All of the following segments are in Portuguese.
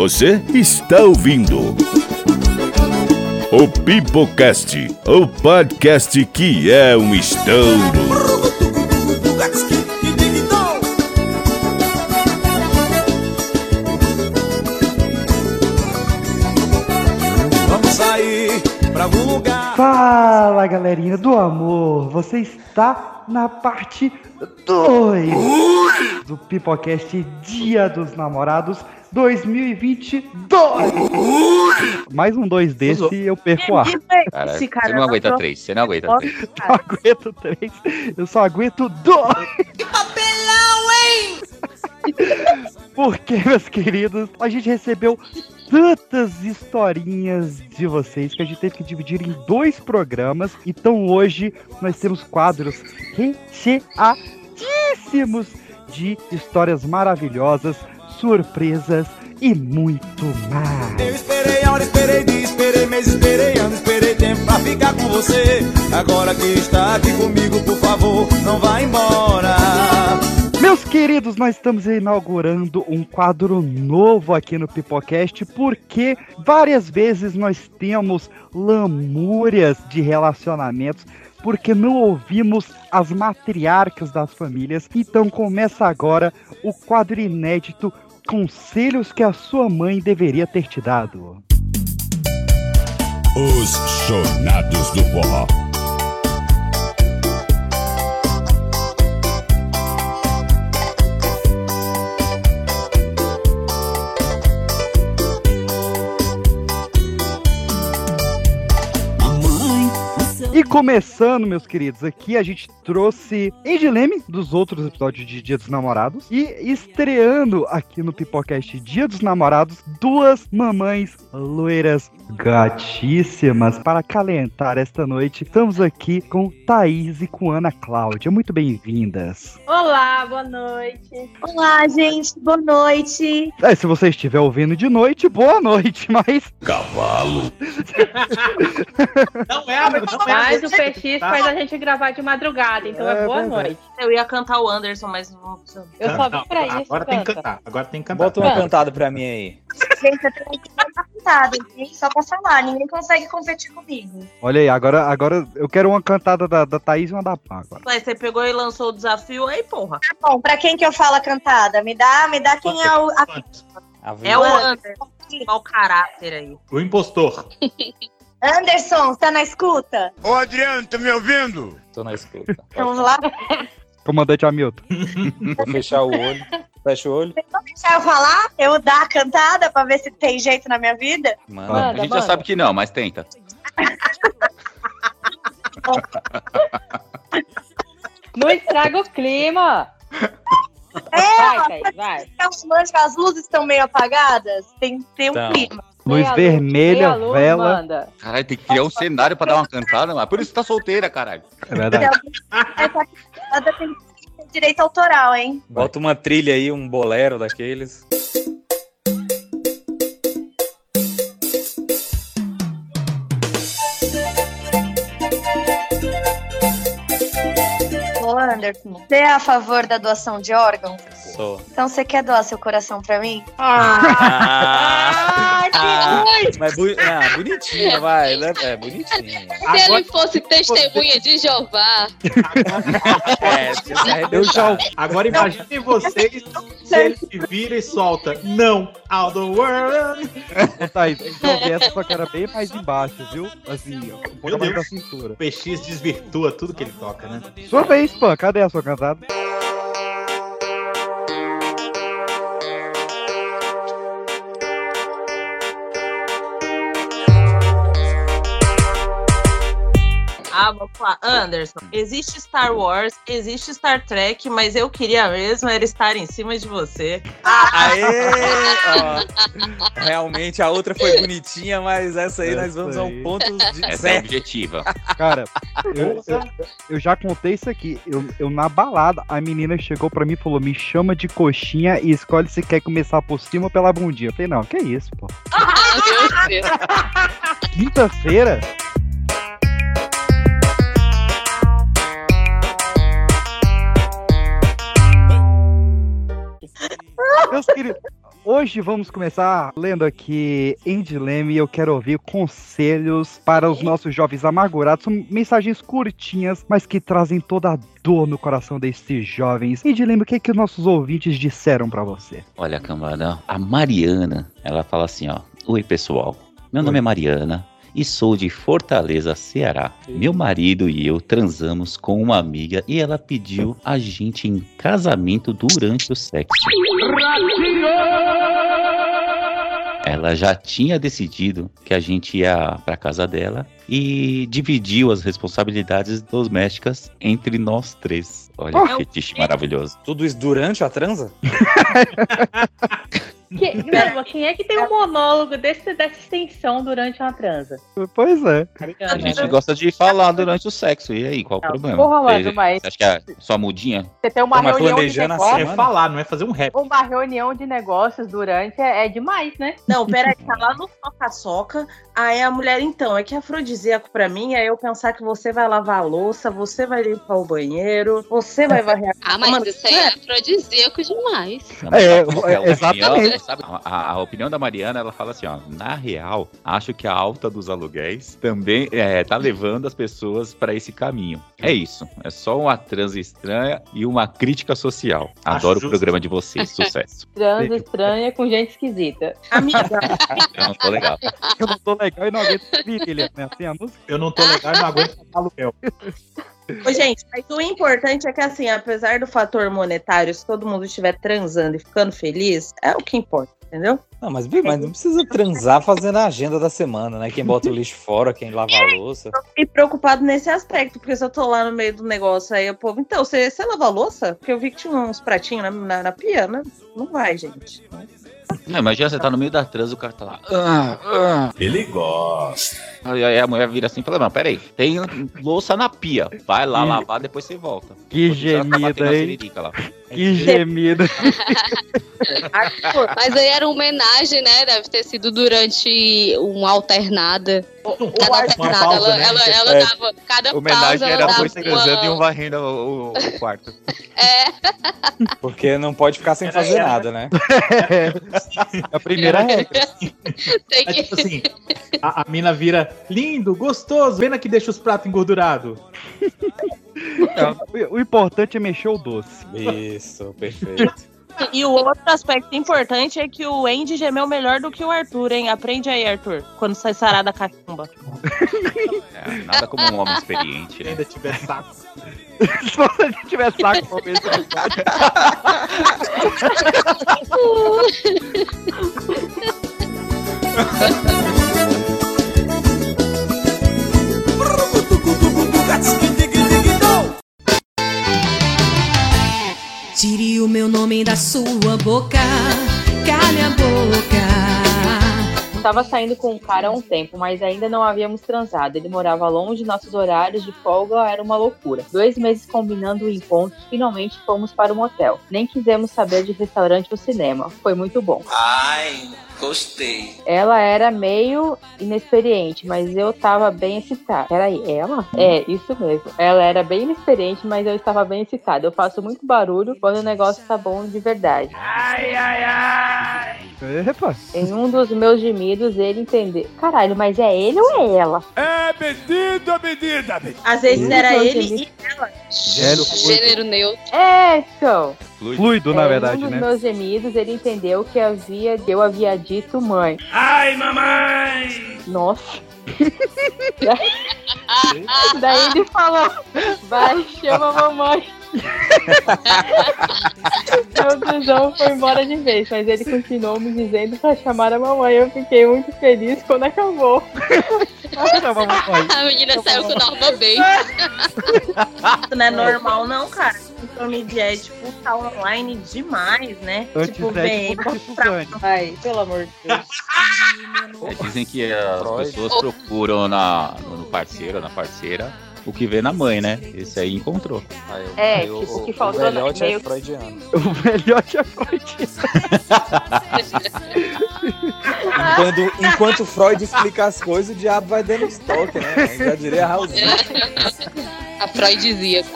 Você está ouvindo o Pipocast, o podcast que é um estouro. Vamos sair pra algum lugar. Fala, galerinha do amor, você está na parte 2 do Pipocast Dia dos Namorados 2022. Mais um 2 desse e eu perco o ar. Cara, você não aguenta 3, você não aguenta 3. Não aguento 3, eu só aguento 2. Que papelão, hein? Porque, meus queridos, a gente recebeu tantas historinhas de vocês que a gente teve que dividir em 2 programas. Então hoje nós temos quadros recheadíssimos de histórias maravilhosas, surpresas e muito mais. Eu esperei hora, esperei dia, esperei mês, esperei ano, esperei tempo pra ficar com você. Agora que está aqui comigo, por favor, não vá embora. Meus queridos, nós estamos inaugurando um quadro novo aqui no Pipocast, porque várias vezes nós temos lamúrias de relacionamentos, porque não ouvimos as matriarcas das famílias. Então começa agora o quadro inédito Conselhos que a sua mãe deveria ter te dado. Os Chonados do Forró. E começando, meus queridos, aqui a gente trouxe Andy Leme dos outros episódios de Dia dos Namorados e estreando aqui no Pipocast Dia dos Namorados, 2 mamães loiras gatíssimas para calentar esta noite. Estamos aqui com Thaís e com Ana Cláudia. Muito bem-vindas. Olá, boa noite. Olá, gente, boa noite. Se você estiver ouvindo de noite, boa noite, mas... Cavalo. Não é, Mas o PX faz a gente gravar de madrugada, então é boa noite. Eu ia cantar o Anderson, mas não. Eu só vim pra isso. Agora tem que cantar. Agora tem que cantar. Bota uma cantada pra mim aí. Gente, eu tenho que cantar cantada, hein? Só pra falar, ninguém consegue competir comigo. Olha aí, agora eu quero uma cantada da Thaís e uma da Pá agora. Mas você pegou e lançou o desafio aí, porra. Tá bom, pra quem que eu falo a cantada? Me dá quem é o... É o Anderson, mau caráter aí. O impostor. Anderson, tá na escuta? Ô Adriano, tá me ouvindo? Tô na escuta. Então vamos lá? Comandante Hamilton. Vou fechar o olho. Fecha o olho. Vocês vão deixar eu falar? Eu dar a cantada pra ver se tem jeito na minha vida? Manda. Manda, A gente manda. já sabe que não, mas tenta. Não estraga o clima. Vai, Thaís, vai. As luzes estão meio apagadas? Tem um Então. clima. Luz Meia vermelha, meia luz, vela. manda. Caralho, tem que criar um cenário pra dar uma cantada, mas por isso tá solteira, caralho. É verdade. Essa cantada tem direito autoral, hein? Bota uma trilha aí, um bolero daqueles. Ô, Anderson, você é a favor da doação de órgãos? Sou. Então você quer doar seu coração pra mim? Mas bonitinho, vai. É bonitinho. Se ele fosse testemunha de Jeová. Agora imaginem vocês se ele se vira e solta. Não, all the world. Ô, Thaís, então essa só que era bem mais embaixo, viu? Assim, ó, um pouco mais da cintura. O PX desvirtua tudo que ele toca, né? Sua vez, pô. Cadê a sua cantada? Ah, vou falar. Anderson, existe Star Wars, existe Star Trek, mas eu queria mesmo era estar em cima de você. Aê! Ó, realmente a outra foi bonitinha, mas essa aí nós vamos a um ponto de Essa é objetiva. Cara, eu já contei isso aqui. Eu na balada, a menina chegou pra mim e falou: me chama de coxinha e escolhe se quer começar por cima ou pela bundinha. Eu falei: não, que isso, pô. Meu Deus. Quinta-feira? Meus queridos, Hoje vamos começar lendo aqui em dilema e eu quero ouvir conselhos para os nossos jovens amargurados. São mensagens curtinhas, mas que trazem toda a dor no coração desses jovens. E dilema, o que os nossos ouvintes disseram pra você? Olha, camarada, a Mariana, ela fala assim, ó. Oi, pessoal. Meu nome é Mariana e sou de Fortaleza, Ceará. Meu marido e eu transamos com uma amiga e ela pediu a gente em casamento durante o sexo. Ela já tinha decidido que a gente ia pra casa dela e dividiu as responsabilidades domésticas entre nós três. Olha que fetiche maravilhoso. Tudo isso durante a transa? Quem é que tem um monólogo dessa extensão durante uma transa? Pois é. A gente gosta de falar durante o sexo. E aí, qual o problema? Porra, mano, mas... Você acha que é só mudinha? Você tem uma reunião de negócios... É falar, não é fazer um rap. Uma reunião de negócios durante é demais, né? Não, peraí, tá lá no soca-soca, aí a mulher, então, é que é afrodisíaco pra mim é eu pensar que você vai lavar a louça, você vai limpar o banheiro, você vai varrer a cama. Mas isso aí é afrodisíaco demais. Exatamente. Sabe, a opinião da Mariana, ela fala assim, ó, na real, acho que a alta dos aluguéis também tá levando as pessoas pra esse caminho. É isso, é só uma transa estranha e uma crítica social. Adoro o programa de vocês, sucesso. Transa estranha com gente esquisita. Amiga, eu não tô legal. Eu não tô legal e não aguento virilha, né? Assim, a música. Eu não tô legal e não aguento aluguel. Ô, gente, mas o importante é que, assim, apesar do fator monetário, se todo mundo estiver transando e ficando feliz, é o que importa, entendeu? Não, mas não precisa transar fazendo a agenda da semana, né? Quem bota o lixo fora, quem lava a louça. Eu fiquei preocupado nesse aspecto, porque se eu tô lá no meio do negócio aí, o povo, então, você lava a louça? Porque eu vi que tinha uns pratinhos na pia, né? Não vai, gente. Não, imagina você tá no meio da transa, o cara tá lá. Ele gosta. Aí a mulher vira assim e fala, não, peraí, tem louça na pia. Vai lá lavar, depois você volta. Que gemida, hein? Que gemida. Mas aí era uma homenagem, né? Deve ter sido durante uma alternada. Cada alternada, ela dava. Cada homenagem pausa era ela dava dois transando e um varrendo o quarto. Porque não pode ficar sem fazer nada, né? A primeira regra. Tem que... tipo assim, a mina vira lindo, gostoso, pena que deixa os pratos engordurados. O importante é mexer o doce. Isso, perfeito. E o outro aspecto importante é que o Andy gemeu melhor do que o Arthur, hein? Aprende aí, Arthur, quando sai sarada da cachumba. Nada como um homem experiente, né? Se ainda tiver saco. Se você tiver saco, vou ver Tire o meu nome da sua boca, cale a boca. Estava saindo com um cara há um tempo, mas ainda não havíamos transado. Ele morava longe, nossos horários de folga era uma loucura. 2 meses combinando o encontro, finalmente fomos para o motel. Nem quisemos saber de restaurante ou cinema. Foi muito bom. Ai, gostei. Ela era meio inexperiente, mas eu tava bem excitada. Peraí, ela? É, isso mesmo. Ela era bem inexperiente, mas eu estava bem excitada. Eu faço muito barulho quando o negócio tá bom de verdade. Ai, ai, ai. Epa. Em um dos meus gemidos, ele entendeu. Caralho, mas é ele ou é ela? É medida. Às vezes era ele e ela. Gênero neutro. É, então. Fluido, na verdade, né? Em um dos né? meus gemidos, ele entendeu que eu havia dito mãe. Ai, mamãe. Nossa. Daí ele falou, vai, chama a mamãe. Meu tesão foi embora de vez, mas ele continuou me dizendo pra chamar a mamãe. Eu fiquei muito feliz quando acabou. A menina saiu com norma bem. Isso não é normal não, cara. Social media é tipo, tá online demais, né? Tipo, bem, ai, pelo amor de Deus. Dizem que as pessoas procuram no parceiro, na parceira, o que vê na mãe, né? Esse aí encontrou. Tipo, o que faltou o velhote é freudiano. O velhote é freudiano. Enquanto Freud explica as coisas, o diabo vai dando estoque, né? Já diria Raulzinho. Afrodisíaco.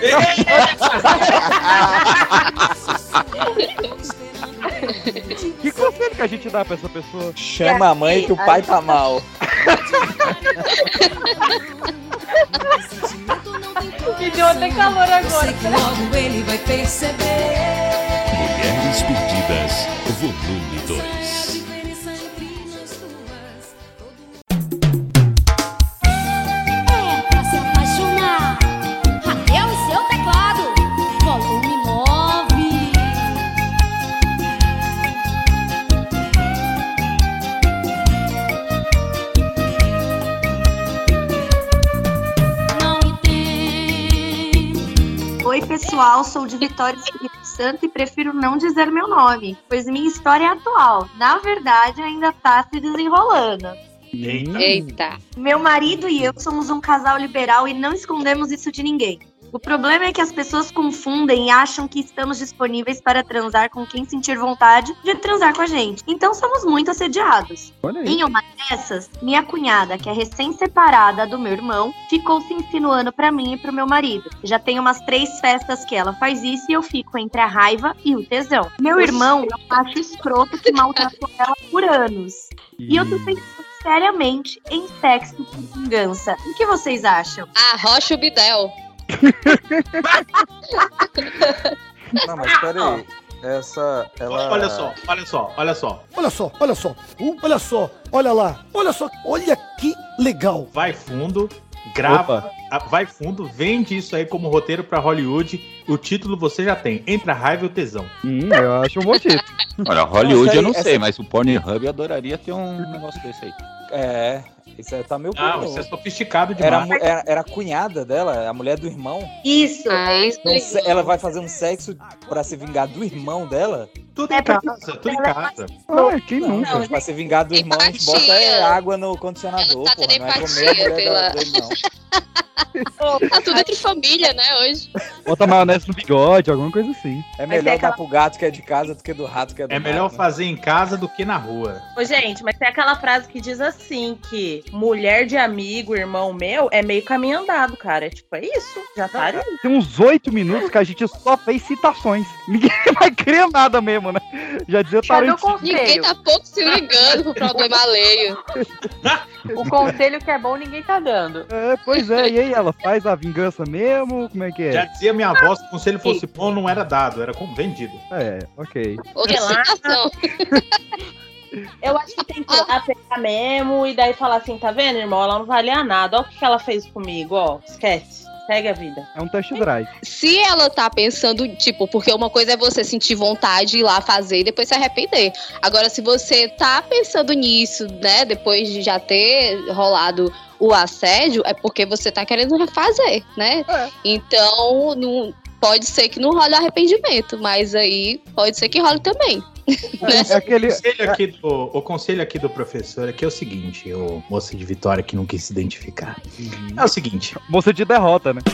Que que a gente dá pra essa pessoa? Chama a mãe que o pai tá mal. Me deu até calor agora. Logo ele vai perceber. Mulheres Perdidas, volume 2. É pra se apaixonar. Até o seu teclado. Volume 9. Não entendo. Oi, pessoal, sou de Vitória, Espírito Santo e prefiro não dizer meu nome, pois minha história é atual. Na verdade, ainda tá se desenrolando. Eita. Meu marido e eu somos um casal liberal e não escondemos isso de ninguém. O problema é que as pessoas confundem e acham que estamos disponíveis para transar com quem sentir vontade de transar com a gente. Então somos muito assediados. Em uma dessas, minha cunhada, que é recém-separada do meu irmão, ficou se insinuando pra mim e pro meu marido. Já tem umas 3 festas que ela faz isso e eu fico entre a raiva e o tesão. Meu irmão é um macho escroto que maltratou ela por anos. E eu tô pensando seriamente em sexo com vingança. O que vocês acham? Arrocha o bidel. Não, mas peraí. Essa, ela... Olha só. Olha lá. Olha só, olha que legal. Vai fundo, grava, vai fundo, vende isso aí como roteiro pra Hollywood. O título você já tem, Entre a Raiva e o Tesão. Eu acho um bom título. Olha, Hollywood eu não sei, mas o Pornhub eu adoraria ter um negócio desse aí. Isso aí tá meio Não, você é sofisticado demais. Era a cunhada dela, a mulher do irmão. Isso. Então, ela vai fazer um sexo pra se vingar do irmão dela? Tudo em casa, tudo em casa. Quem nunca? Não, pra se vingar do irmão, a gente bota água no condicionador, porra. Não é comer a mulher dele, não. Tá tudo entre família, né, hoje. Bota maionese no bigode, alguma coisa assim. É melhor dar pro gato que é de casa do que do rato que é do É melhor fazer em casa do que na rua. Ô, gente, mas tem aquela frase que diz assim, que mulher de amigo, irmão meu, é meio caminho andado, cara. É isso, já tá ali. Tem uns 8 minutos que a gente só fez citações. Ninguém vai crer nada mesmo, né? Já dizia Tarantino. Ninguém tá pouco se ligando pro problema alheio. O conselho que é bom ninguém tá dando. Pois é, e aí ela faz a vingança mesmo? Como é que é? Já dizia minha avó, se o conselho fosse bom, não era dado, era como vendido. Ok. Outra citação. Eu acho que tem que ir lá pegar mesmo e daí falar assim, tá vendo, irmão? Ela não valia nada. Olha o que ela fez comigo, ó. Esquece. Segue a vida. É um test drive. Se ela tá pensando, tipo, porque uma coisa é você sentir vontade de ir lá fazer e depois se arrepender. Agora, se você tá pensando nisso, né, depois de já ter rolado o assédio, é porque você tá querendo refazer, né? Então, não, pode ser que não role arrependimento, mas aí pode ser que role também. O conselho aqui do professor é que é o seguinte, o moça de Vitória que não quis se identificar. É o seguinte. Moça de derrota, né?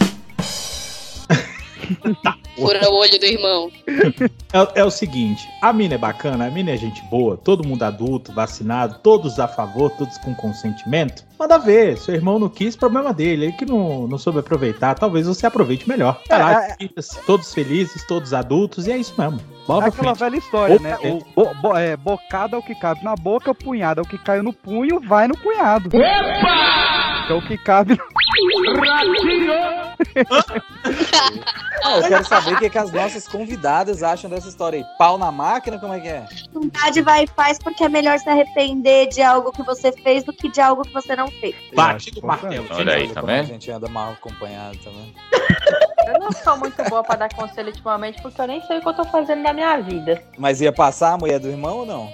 Fura o olho do irmão. É o seguinte, a mina é bacana, a mina é gente boa, todo mundo adulto, vacinado, todos a favor, todos com consentimento. Manda ver, seu irmão não quis, problema dele, ele que não soube aproveitar, talvez você aproveite melhor. Vai lá, todos felizes, todos adultos, e é isso mesmo. É aquela velha história, né? Bocada é o que cabe na boca, punhada é o que caiu no punho, vai no punhado. É o que cabe Eu quero saber o que as nossas convidadas acham dessa história aí. Pau na máquina, como é que é? Vontade vai e faz porque é melhor se arrepender de algo que você fez do que de algo que você não fez. Bate do martelo. Olha aí, tá vendo? A gente anda mal acompanhado também. Eu não sou muito boa pra dar conselho ultimamente, porque eu nem sei o que eu tô fazendo na minha vida. Mas ia passar a mulher do irmão ou não?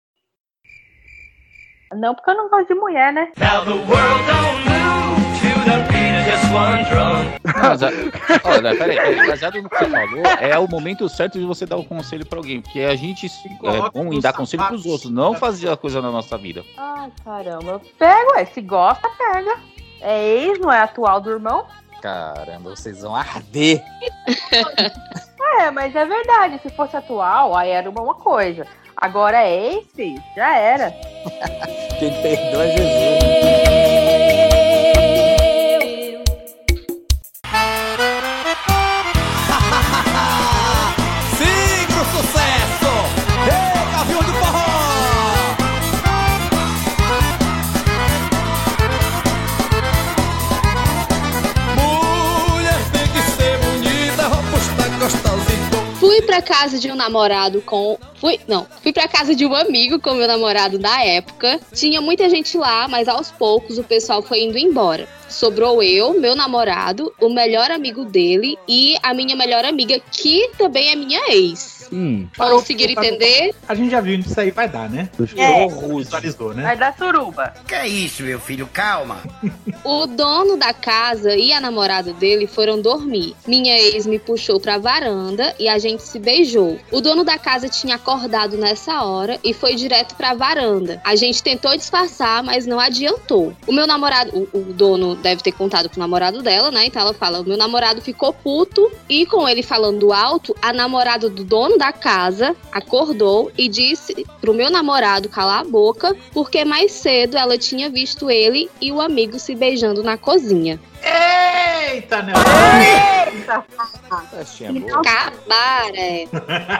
Não, porque eu não gosto de mulher, né? Now the world don't move to the beat of just one drum. Olha, peraí, baseado no que você falou, é o momento certo de você dar um conselho pra alguém, porque a gente é bom em dar conselho pros outros, não fazer a coisa na nossa vida. Ai, caramba, eu pego, se gosta, pega. É ex, não é atual do irmão? Caramba, vocês vão arder. Mas é verdade, se fosse atual, aí era uma coisa. Agora é ex, filho, já era. Quem perdoa é Jesus. Sim, pro sucesso! Ei, Gavião do Forró! pra casa de um namorado Fui pra casa de um amigo com meu namorado na época. Tinha muita gente lá, mas aos poucos o pessoal foi indo embora. Sobrou eu, meu namorado, o melhor amigo dele e a minha melhor amiga, que também é minha ex. Conseguiram entender? A gente já viu onde isso aí vai dar, né? Visualizou, né? Vai dar suruba. Que é isso, meu filho? Calma. O dono da casa e a namorada dele foram dormir. Minha ex me puxou pra varanda e a gente se beijou. O dono da casa tinha acordado nessa hora e foi direto pra varanda. A gente tentou disfarçar, mas não adiantou. O meu namorado, o dono deve ter contado pro namorado dela, né? Então ela fala, o meu namorado ficou puto e com ele falando alto, a namorada do dono da casa acordou e disse pro meu namorado calar a boca, porque mais cedo ela tinha visto ele e o amigo se beijando na cozinha. Eita, né? Eita! Cabaré.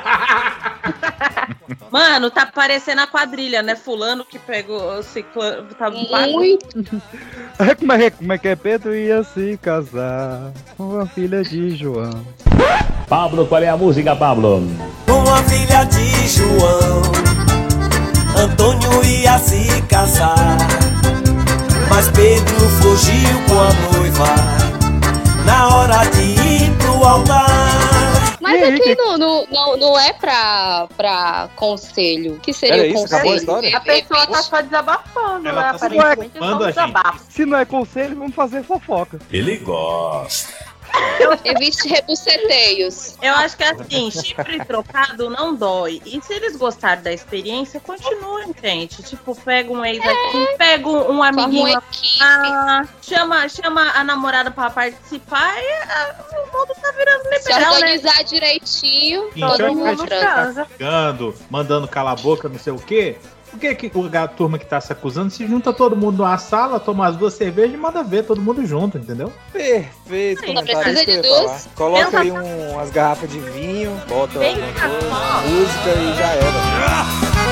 Mano, tá parecendo a quadrilha, né? Fulano que pegou o ciclano. Tá muito. Como é que é? Pedro ia se casar com a filha de João. Pablo, qual é a música, Pablo? Com a filha de João, Antônio ia se casar, mas Pedro fugiu com a noiva na hora de ir pro altar. Mas aqui não é pra conselho. Que seria o conselho? Acabou a história? A pessoa tá só desabafando, Ela né? tá Aparentemente desabafando, não desabafa. Se não é conselho, vamos fazer fofoca. Ele gosta. Evite rebuceteios. Eu acho que assim, chifre trocado não dói. E se eles gostarem da experiência, continuem, gente. Tipo, pega um ex aqui, pega um amiguinho chama a namorada pra participar e o mundo tá virando liberal, se organizar direitinho, todo mundo transa. Ficando, mandando calar a boca, não sei o quê. Por que a turma que tá se acusando se junta todo mundo numa sala, toma as 2 cervejas e manda ver todo mundo junto, entendeu? Perfeito, comentário isso que eu ia falar. Coloca aí umas garrafas de vinho, bota uma música e já era.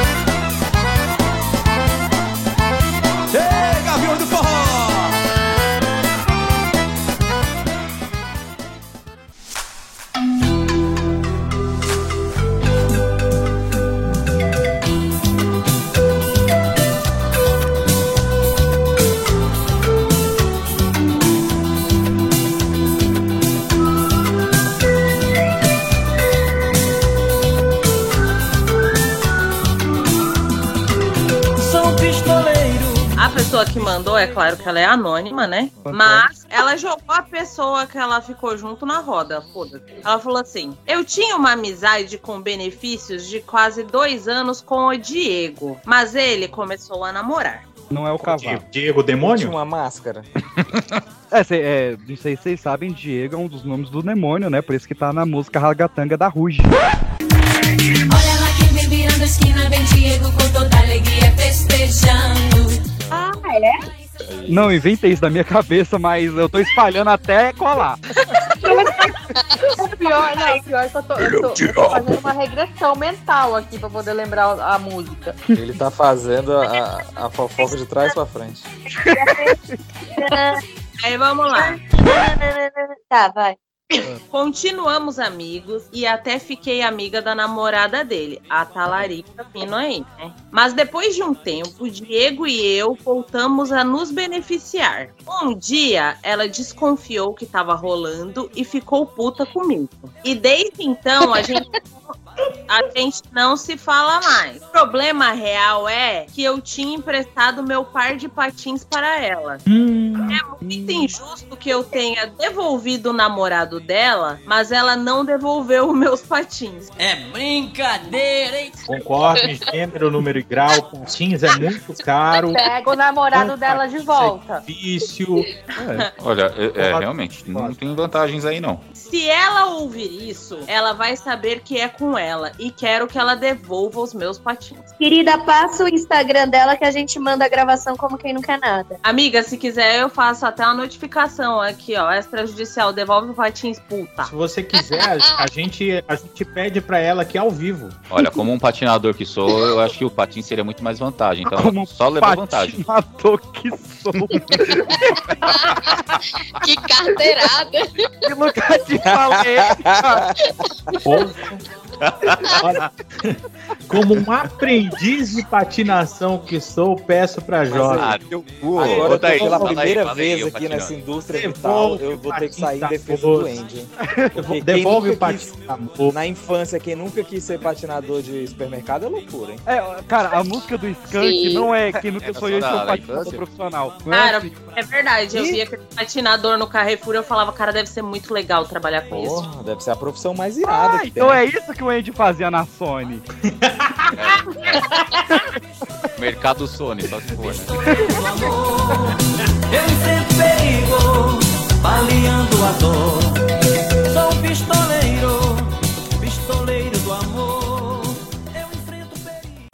Ei, Gavião do Forró! A pessoa que mandou, é claro que ela é anônima, né? Mas ela jogou a pessoa que ela ficou junto na roda. Foda-se. Ela falou assim: eu tinha uma amizade com benefícios de quase 2 anos com o Diego, mas ele começou a namorar. Não é o cavalo. Diego Demônio? Tinha uma máscara. Não sei se vocês sabem, Diego é um dos nomes do demônio, né? Por isso que tá na música Ragatanga da Ruge. Olha lá quem vem virando a esquina, vem Diego com toda alegria festejando. Ah, é? Não inventei isso da minha cabeça, mas eu tô espalhando até colar. Pior é que eu tô fazendo uma regressão mental aqui pra poder lembrar a música. Ele tá fazendo a fofoca de trás pra frente. Aí vamos lá. Tá, vai. Continuamos amigos e até fiquei amiga da namorada dele, a Talarica Pino aí, né? Mas depois de um tempo, Diego e eu voltamos a nos beneficiar. Um dia, ela desconfiou que tava rolando e ficou puta comigo. E desde então, a gente não se fala mais. O problema real é que eu tinha emprestado meu par de patins para ela. É muito injusto que eu tenha devolvido o namorado dela, mas ela não devolveu os meus patins. É brincadeira, hein? Concordo em gênero, número e grau. Patins é muito caro. Pega o namorado dela de volta. Difícil. Olha, realmente, não tem vantagens aí, não. Se ela ouvir isso, ela vai saber que é com ela e quero que ela devolva os meus patins. Querida, passa o Instagram dela que a gente manda a gravação como quem não quer nada. Amiga, se quiser eu faço até uma notificação aqui, ó, extrajudicial, devolve o patins, puta. Se você quiser, a gente pede pra ela aqui ao vivo. Olha, como um patinador que sou, eu acho que o patins seria muito mais vantagem, então como só levar vantagem. Patinador que sou. Que carteirada. Eu nunca te falei. Olha, como um aprendiz de patinação que sou, peço pra Jorge. Agora eu tô pela primeira vez aqui nessa indústria vital, eu vou ter que sair em defesa do Andy, hein? Devolve o patinho. Na infância, quem nunca quis ser patinador de supermercado é loucura, hein? Cara, a música do Skank não é quem nunca sonhou em ser um patinador profissional. Cara, é verdade. Eu via aquele patinador no Carrefour e eu falava, cara, deve ser muito legal trabalhar com isso. Deve ser a profissão mais irada que então tem. é isso que o Andy fazia na Sony. Mercado Sony, só se for, né? Eu enfrento perigo, baleando a dor. Sou um pistoleiro, pistoleiro do amor. Eu enfrento perigo.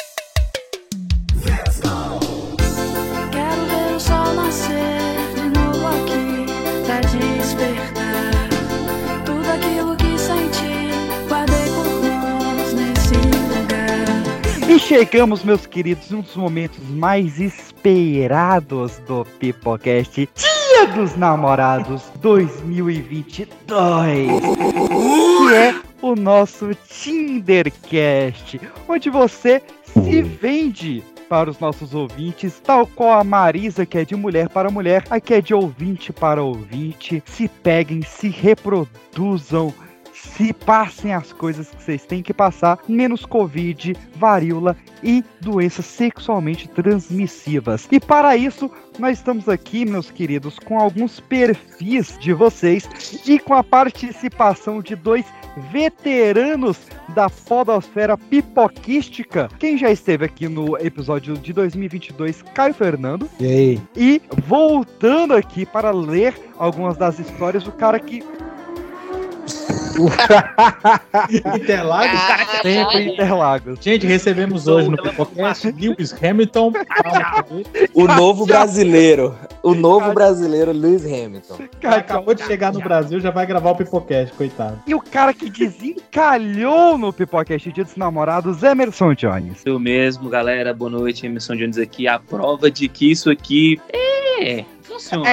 Quero ver o sol nascer de novo aqui pra despertar tudo aquilo que senti, guardei por nós nesse lugar. E chegamos, meus queridos, em um dos momentos mais esperados do Pipocast, Dia dos Namorados 2022, que é o nosso Tindercast, onde você se vende para os nossos ouvintes, tal qual a Marisa, que é de mulher para mulher, aqui é de ouvinte para ouvinte. Se peguem, se reproduzam, se passem as coisas que vocês têm que passar, menos Covid, varíola e doenças sexualmente transmissivas. E para isso, nós estamos aqui, meus queridos, com alguns perfis de vocês e com a participação de dois veteranos da podosfera pipoquística. Quem já esteve aqui no episódio de 2022, Caio Fernando. E aí? E voltando aqui para ler algumas das histórias, o cara que... Interlagos? Sempre Interlagos. Gente, recebemos hoje no podcast Lewis Hamilton. O novo brasileiro. O novo brasileiro, Lewis Hamilton. Cara, acabou de chegar no Brasil, já vai gravar o Pipocast, coitado. E o cara que desencalhou no Pipocast Dia dos Namorados, Emerson Jones. Eu mesmo, galera. Boa noite, Emerson Jones aqui. A prova de que isso aqui funciona.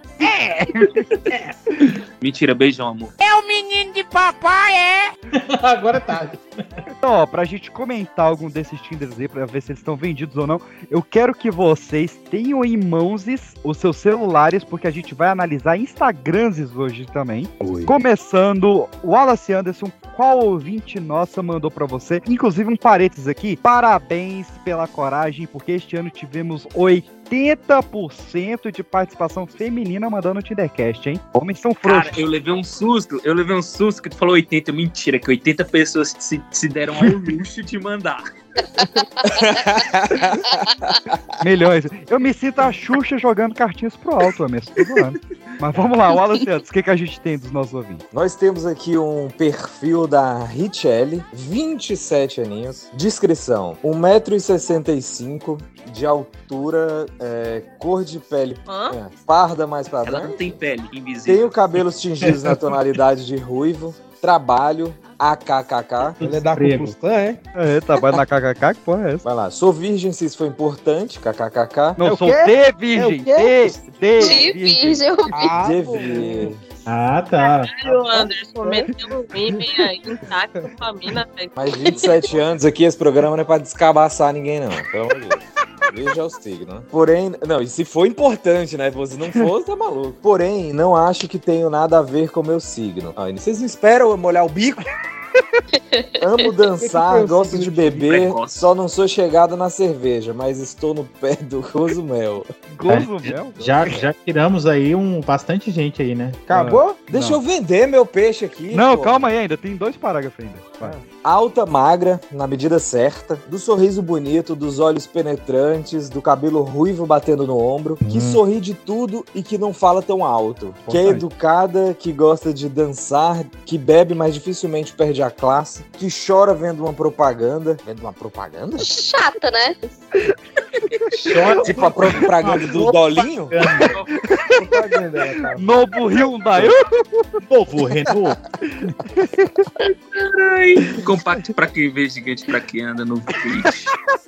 Mentira, beijão, amor. É o menino de papai, é? Agora é tarde. Então, ó, pra gente comentar algum desses Tinders aí, pra ver se eles estão vendidos ou não, eu quero que vocês tenham em mãos os seus celulares, porque a gente vai analisar Instagrams hoje também. Oi. Começando, o Wallace Anderson, qual ouvinte nossa mandou pra você? Inclusive, um parênteses aqui, parabéns pela coragem, porque este ano tivemos 80% de participação feminina mandando o Tindercast, hein? Homens são frouxos. Cara, eu levei um susto que tu falou 80, mentira, que 80 pessoas se deram ao luxo de mandar. Milhões. Eu me sinto a Xuxa jogando cartinhas pro alto, Emerson, todo ano. Mas vamos lá, Wallace Anderson, o que a gente tem dos nossos ouvintes? Nós temos aqui um perfil da Richelle, 27 aninhos, descrição, 1,65 m, de altura, cor de pele parda mais pra Ela branca. não tem pele, invisível. Tenho cabelos tingidos na tonalidade de ruivo, trabalho, AKKK. Ele é da Compustã, é? Trabalho na KKK, que porra é essa? Vai lá, sou virgem se isso for importante, KKKK. Não, sou de virgem, de virgem. De virgem. Ah, tá. Caralho, Anderson, meteu um meme aí, intacto com a mina, velho. Mais 27 anos aqui, esse programa não é pra descabaçar ninguém, não. Pelo amor de Deus. Veja o signo. Porém, não, e se for importante, né? Se não for, tá maluco. Porém, não acho que tenho nada a ver com o meu signo. Vocês não esperam eu molhar o bico? Amo dançar, gosto de beber, só não sou chegado na cerveja, mas estou no pé do Cozumel. Cozumel? Já tiramos aí bastante gente aí, né? Acabou? Deixa eu vender meu peixe aqui. Não, pô. calma aí, ainda tem 2 parágrafos ainda. Vai. Alta, magra, na medida certa, do sorriso bonito, dos olhos penetrantes, do cabelo ruivo batendo no ombro, que sorri de tudo e que não fala tão alto, que é educada, que gosta de dançar, que bebe, mas dificilmente perde a classe, que chora vendo uma propaganda. Vendo uma propaganda? Chata, né? Chora, tipo a propaganda do Dolinho? Novo Hyundai. Novo Renault. Compacto pra quem vê, gigante pra quem anda no Twitch.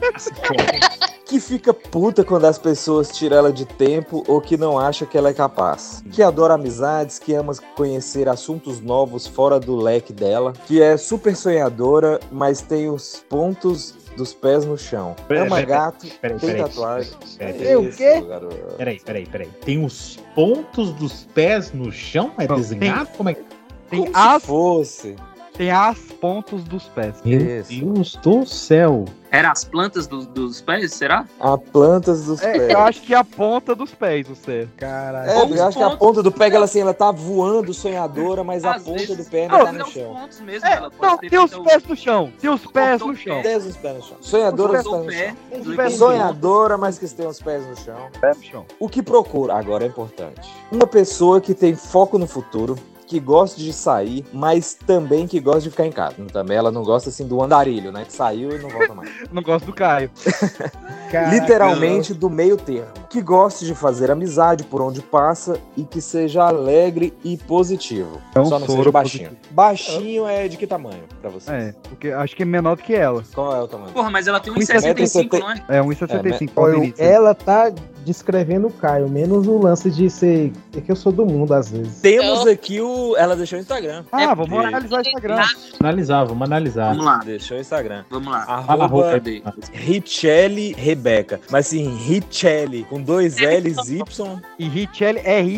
Que fica puta quando as pessoas tiram ela de tempo ou que não acha que ela é capaz. Que adora amizades, que ama conhecer assuntos novos fora do leque dela. Que é super sonhadora, mas tem os pontos dos pés no chão. Ama gato, tem tatuagem. O quê? Peraí. Tem os pontos dos pés no chão? É desenhado? Como é que... Tem Como as se fosse. Tem as pontos dos pés. Meu Deus do céu. Era as plantas dos pés, será? A plantas dos pés. Eu acho que é a ponta dos pés, você. Caralho. Eu acho que a ponta do pé, ela assim, ela tá voando, sonhadora, mas a ponta do pé ainda tá no chão. Não, tem os pés no chão. Tem os pés no chão. Tem os pés no chão. Sonhadora, os pés no chão. Sonhadora, mas que tem os pés no chão. Pé no chão. O que procura, agora é importante. Uma pessoa que tem foco no futuro, que gosta de sair, mas também que gosta de ficar em casa. Também ela não gosta assim do andarilho, né? Que saiu e não volta mais. Não gosto do Caio. Literalmente do meio termo. Que goste de fazer amizade por onde passa e que seja alegre e positivo. É um Só não soro seja baixinho. positivo. Baixinho é de que tamanho pra você? É, porque acho que é menor do que ela. Qual é o tamanho? Porra, mas ela tem 1,65, não é? É 1,65. Ela tá descrevendo o Caio, menos o lance de ser... É que eu sou do mundo, às vezes. Temos aqui o... Ela deixou o Instagram. Vamos analisar o Instagram. Vamos analisar. Vamos lá. Deixou o Instagram. Vamos lá. Arroba Richelle Rebeca. Mas sim, Richelle, com 2 L's, Y. E Richelle,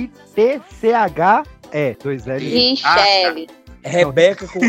R-I-T-C-H-E. 2 L's. Richelle. Rebeca com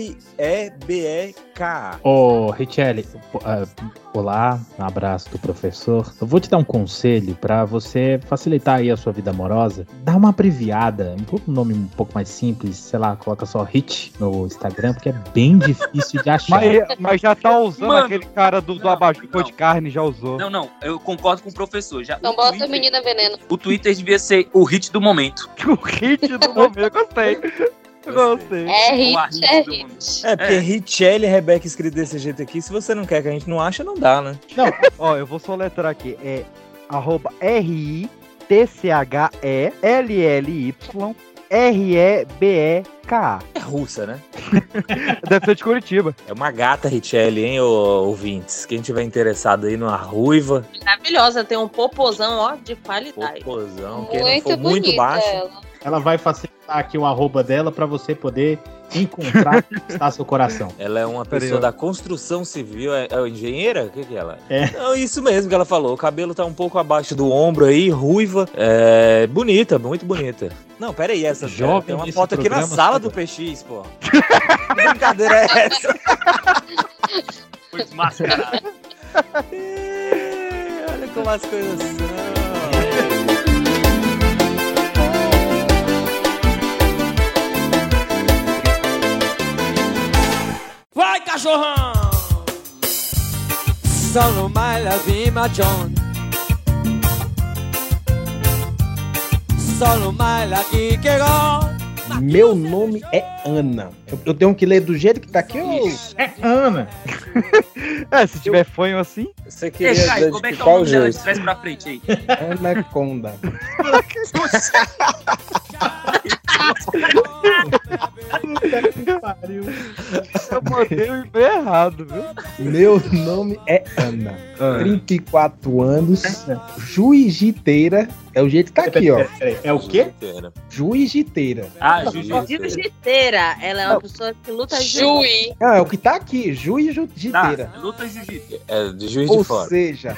R-E-B-E-K. Ô, Richelle, olá, um abraço do professor. Eu vou te dar um conselho pra você facilitar aí a sua vida amorosa. Dá uma abreviada, um nome um pouco mais simples, sei lá, coloca só Rich no Instagram, porque é bem difícil de achar. Mas já tá usando aquele cara do abajur de carne, já usou. Não, eu concordo com o professor. Não bota menina veneno. O Twitter devia ser o hit do momento. O hit do momento, gostei. Gostei. É hit. É, porque Richelle e Rebeca escrito desse jeito aqui, se você não quer que a gente não acha, não dá, né? Não, ó, eu vou soletrar aqui. É @RITCHELLY-REBEK. É russa, né? Deve ser de Curitiba. É uma gata Richelle, hein, ouvintes? Quem tiver interessado aí numa ruiva. Maravilhosa, tem um popozão, ó, de qualidade. Popozão, quem não for muito baixo. Ela vai facilitar aqui o arroba dela pra você poder encontrar e conquistar seu coração. Ela é uma pessoa da construção civil, é engenheira? O que é ela? É. Não, isso mesmo que ela falou. O cabelo tá um pouco abaixo do ombro aí, ruiva. É bonita, muito bonita. Não, pera aí, essa joga. Tem uma foto aqui na sala do PX, pô. Que brincadeira é essa? Foi desmascarado. Olha como as coisas são. Vai, cachorrão! Solo my love machon. Solo my love que go. Meu nome é Ana. Eu tenho que ler do jeito que tá aqui ou... É Ana. Se tiver fanho assim... Você queria Caio, como é que é o nome dela? Traz pra frente aí. Anaconda. Eu mandei o e-mail errado, viu? Meu nome é Ana. 34 anos. Juiziteira. É o jeito que tá aqui, ó. É o quê? Juiziteira. Jiu-jiteira. Ela é uma pessoa que luta Juiz. É o que tá aqui. Juiziteira. Luta jiu-jiteira. É de Juiz de Fora. Ou seja...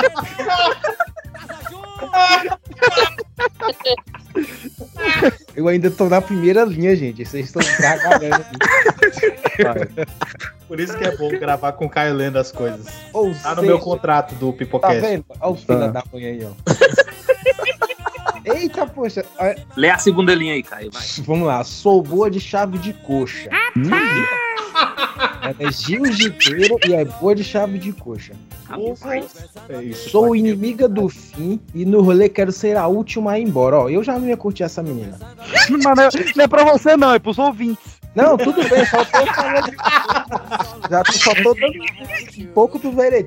Eu ainda tô na primeira linha, gente. Vocês estão gargalhando. Por isso que é bom gravar com o Caio lendo as coisas. Ou tá no seja, meu contrato do Pipocast. Tá vendo? Olha o filho da mãe aí, ó. Eita, poxa. Lê a segunda linha aí, Caio. Vai. Vamos lá. Sou boa de chave de coxa. Ela é jiu-jiteira e é boa de chave de coxa. Sou inimiga do fim e no rolê quero ser a última a ir embora. Ó, eu já não ia curtir essa menina. Mas não é pra você não, é pros ouvintes. Não, tudo bem, só tô falando. Só tô dando um pouco do veredito aqui.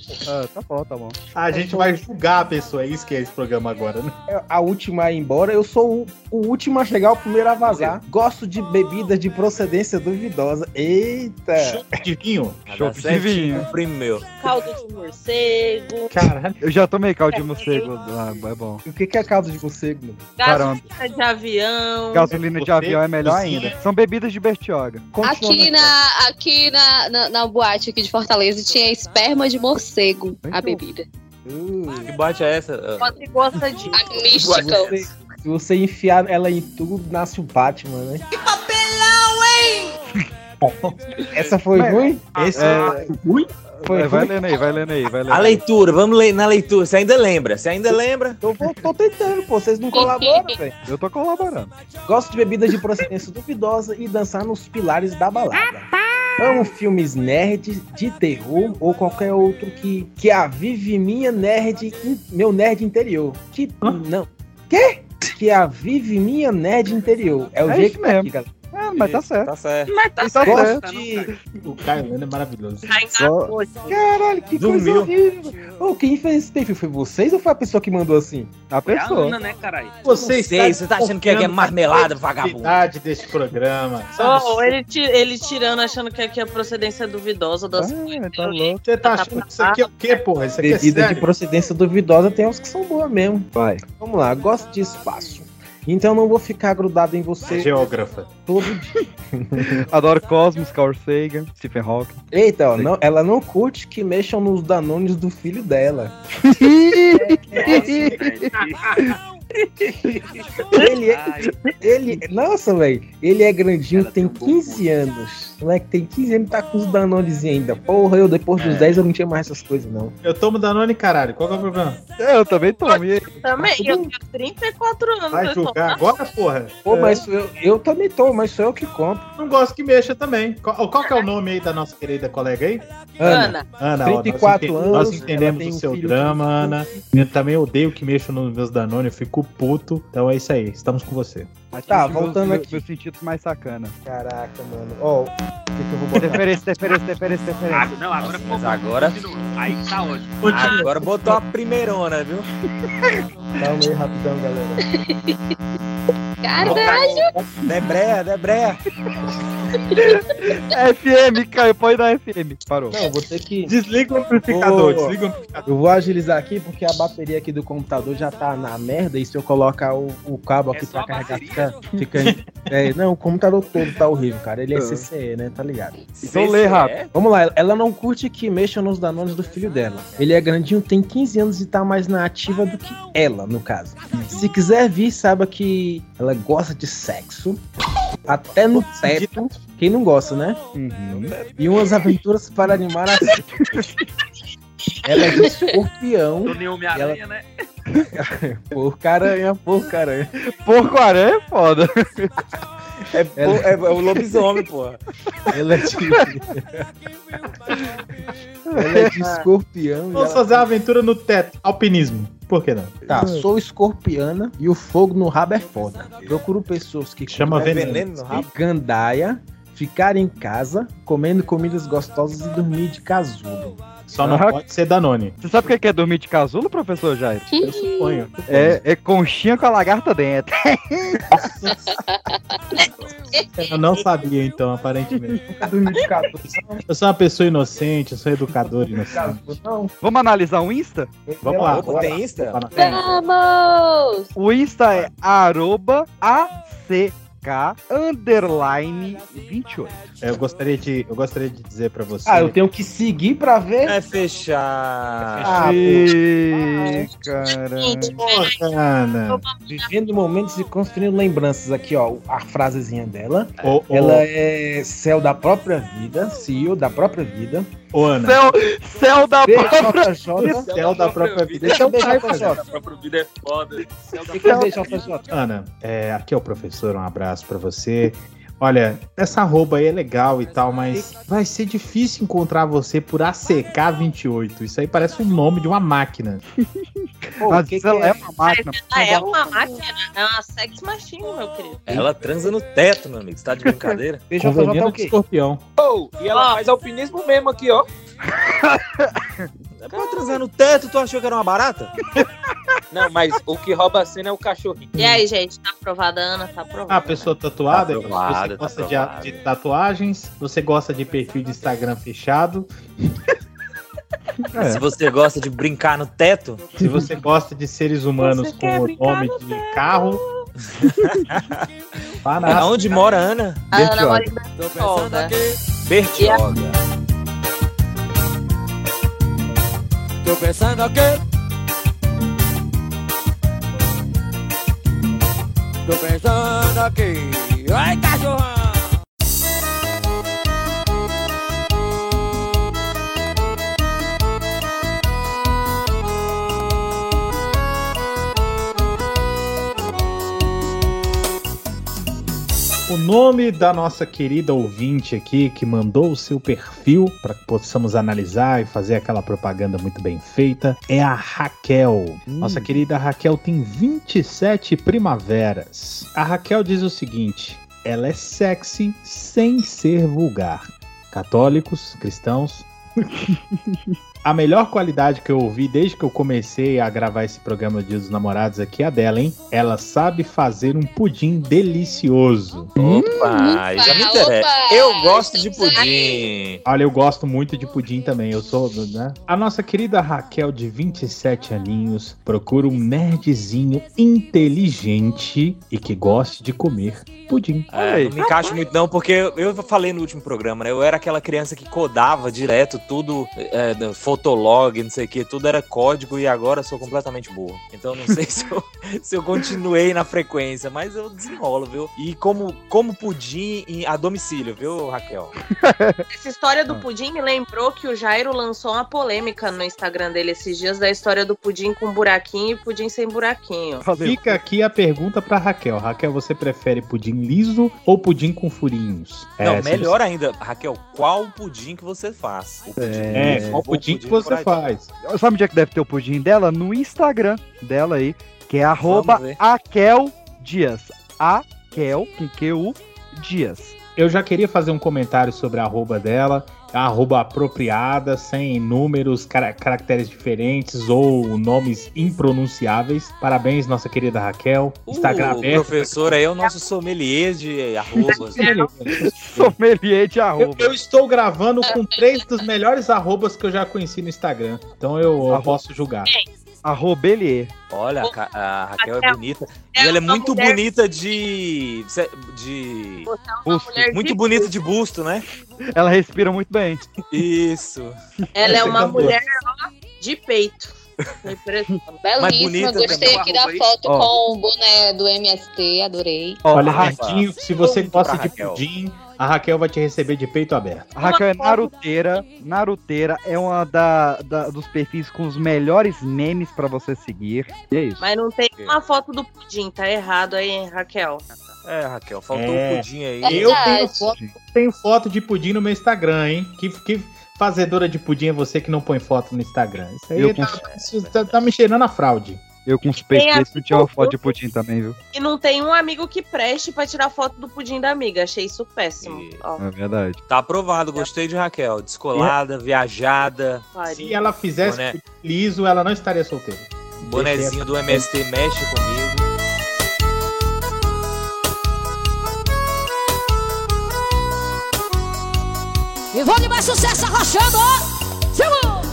Tá bom, tá bom. A gente vai julgar a pessoa, é isso que é esse programa agora, né? A última a ir embora, eu sou o último a chegar, o primeiro a vazar. Gosto de bebidas de procedência duvidosa. Eita! Chope de vinho. Chope de vinho. Primo meu. Caldo de morcego. Caralho. Eu já tomei caldo de morcego lá, é bom. O que é caldo de morcego, mano? Gasolina de avião. Gasolina de avião é melhor ainda. São bebidas de Bertioga. Aqui na boate aqui de Fortaleza tinha esperma de morcego, a bebida. Que boate é essa? Você gosta de... A mística. Se você enfiar ela em tudo, nasce o Batman, né? Que papelão, hein? Essa foi ruim? Esse é ruim? Vai lendo aí. A leitura, vamos ler na leitura. Você ainda lembra? Eu tô tentando, pô. Vocês não colaboram, velho. Eu tô colaborando. Gosto de bebidas de procedência duvidosa e dançar nos pilares da balada. Amo filmes nerd, de terror ou qualquer outro que avive meu nerd interior. Não. Quê? Que avive minha nerd interior. É o jeito mesmo. Aqui, galera. Mas tá certo. Tá certo. Mas tá Tá certo. certo. O Caio Lano é maravilhoso. Caralho, que coisa horrível. Quem fez esse perfil? Foi vocês ou foi a pessoa que mandou assim? A pessoa. Ana, né, caralho? Você tá achando que é marmelada, vagabundo? Desse programa. Ele tirando, achando que aqui é procedência duvidosa das coisas. Tá louco. Você tá achando que isso aqui é o quê, porra? Isso aqui é Bebida de sério? procedência duvidosa tem uns que são boas mesmo. Vai. Vamos lá, gosto de espaço. Então não vou ficar grudado em você Geógrafa. todo dia. Adoro Cosmos, Carl Sagan, Stephen Hawking. Eita, ó, ela não curte que mexam nos danones do filho dela. Nossa, velho. Ele é grandinho, tem 15 anos. O moleque tem 15 anos e tá com os danones ainda. Porra, eu depois dos 10 eu não tinha mais essas coisas, não. Eu tomo Danone, caralho. Qual que é o problema? Eu também tomo. E aí? Também, eu tenho 34 anos. Vai julgar agora, porra? Pô, mas eu também tomo, mas sou eu que compro. Não gosto que mexa também. Qual que é o nome aí da nossa querida colega aí? Ana. Ana, 34 anos. Nós entendemos ela tem o um seu filho drama, Ana. Eu também odeio que mexam nos meus Danone, eu fico puto. Então é isso aí, estamos com você. Mas Tá, tem voltando meus aqui. Meus sentidos mais sacana. Caraca, mano. Ó, o que eu vou botar? Referência. Não, agora ficou Mas agora- Aí tá ótimo. Agora botou a primeirona, viu? Calma aí, rapidão, galera. Caralho! Debreia. FM, Caio, pode dar FM. Parou. Não, vou ter que... Desliga o amplificador, Ô, desliga o amplificador. Eu vou agilizar aqui porque a bateria aqui do computador já tá na merda e se eu colocar o cabo aqui pra carregar fica não, o computador todo tá horrível, cara. Ele é CCE, né? Tá ligado? Então lê rápido. Vamos lá, ela não curte que mexam nos danones do filho dela. Ele é grandinho, tem 15 anos e tá mais na ativa do que ela, no caso. Se quiser vir, saiba que ela gosta de sexo, até no teto. Quem não gosta, né? E umas aventuras para animar a... Ela é de escorpião. Do nenhum Homem-Aranha, né? Porco-aranha. Porco-aranha é foda. É o lobisomem, porra. Ela é de escorpião. e Vamos ela- fazer uma aventura no teto. Alpinismo. Por que não? Tá, sou escorpiana e o fogo no rabo é foda. Procuro pessoas que Chama comem veneno no rabo. gandaia, ficar em casa, comendo comidas gostosas e dormir de casulo. Só não pode ser Danone. Você sabe o que é dormir de casulo, professor Jair? Eu suponho. É conchinha com a lagarta dentro. Eu não sabia, então, aparentemente. Nunca dormi de casulo. Eu sou uma pessoa inocente, eu sou educador inocente. Não. Vamos analisar o Insta? Vamos lá. Opa, tem Insta? Vamos! O Insta é @ACK_28. Eu gostaria de dizer pra você. Ah, eu tenho que seguir pra ver. É fechar. Ah, Ih, cara. Ana. Vivendo momentos e construindo lembranças. Aqui, ó, a frasezinha dela. Ô, Ela é céu da própria vida, CEO da própria vida. ô, Ana. Céu da própria... BJJ. Céu da própria vida. Deixa eu A BJJ. própria vida é foda. O que é BJJ? Ana, aqui é o professor, um abraço pra você. Olha, essa arroba aí é legal e tal, mas vai ser difícil encontrar você por ACK28. Isso aí parece o nome de uma máquina. Pô, Mas que ela é? é uma máquina. Ela é uma máquina, é uma sex machine, meu querido. Ela transa no teto, meu amigo. Você tá de brincadeira? Com BJJ é veneno o de quê? escorpião. Oh, e ela faz alpinismo mesmo aqui, ó. Pô, transar no teto, tu achou que era uma barata? Não, mas o que rouba a cena é o cachorrinho. E aí, gente, tá aprovada, Ana? Tá aprovada. A pessoa tatuada, Tá aprovada, você gosta tá aprovada. de tatuagens, você gosta de perfil de Instagram fechado, Se você gosta de brincar no teto, se você gosta de seres humanos com o nome de carro. Vá na- onde mora a Ana? A Ana mora em Tô pensando aqui, Bertioga. tô pensando aqui. Tô pensando aqui. Vai, cachorrão! O nome da nossa querida ouvinte aqui, que mandou o seu perfil para que possamos analisar e fazer aquela propaganda muito bem feita, é a Raquel. Nossa querida Raquel tem 27 primaveras. A Raquel diz o seguinte: ela é sexy sem ser vulgar. Católicos, cristãos. A melhor qualidade que eu ouvi desde que eu comecei a gravar esse programa Dia dos Namorados aqui é a dela, hein? Ela sabe fazer um pudim delicioso. Opa, já me interessa. Eu gosto de pudim. Olha, eu gosto muito de pudim também, eu sou, né? A nossa querida Raquel, de 27 aninhos, procura um nerdzinho inteligente e que goste de comer pudim. Não me encaixo muito não, porque eu falei no último programa, né? Eu era aquela criança que codava direto tudo, Fotolog, não sei o que, tudo era código e agora sou completamente burro. Então não sei se eu continuei na frequência, mas eu desenrolo, viu? E como pudim a domicílio, viu, Raquel? Essa história do pudim me lembrou que o Jairo lançou uma polêmica no Instagram dele esses dias da história do pudim com buraquinho e pudim sem buraquinho. Fica aqui a pergunta pra Raquel. Raquel, você prefere pudim liso ou pudim com furinhos? Não, melhor ainda, Raquel, qual pudim que você faz? O pudim qual pudim que você faz? Sabe onde é que deve ter o pudim dela? No Instagram dela aí, que é ver. @AkelDias. Akel, com Q-U, Dias. Eu já queria fazer um comentário sobre a arroba dela. É uma arroba apropriada, sem números, caracteres diferentes ou nomes impronunciáveis. Parabéns, nossa querida Raquel. Instagram aberto. O professor aí é o nosso sommelier de arrobas. Sommelier de arroba. Eu estou gravando com 3 dos melhores arrobas que eu já conheci no Instagram. Então eu posso julgar. Arrobelier. Olha, a Raquel é bonita. E ela é muito bonita de busto. Muito bonita de busto, né? Ela respira muito bem. Isso. Ela é uma mulher de peito. Belíssima, gostei aqui da foto com o boné do MST, adorei. Olha, Raquinho, se você gosta de pudim, a Raquel vai te receber de peito aberto. A Raquel é naruteira. Naruteira é uma dos perfis com os melhores memes pra você seguir. E é isso. Mas não tem uma foto do pudim, tá errado aí, hein, Raquel? Raquel, faltou o pudim aí. Eu tenho foto de pudim no meu Instagram, hein? Que fazedora de pudim é você que não põe foto no Instagram. Isso aí tá me cheirando a fraude. Eu com os peitos que tinha uma foto de pudim também, viu? E não tem um amigo que preste pra tirar foto do pudim da amiga. Achei isso péssimo. É verdade. Tá aprovado, gostei de Raquel. Descolada, viajada. Se ela fizesse pudim liso, ela não estaria solteira. Bonezinho do MST mexe comigo. E vou de mais sucesso arrochando, ó! Segura!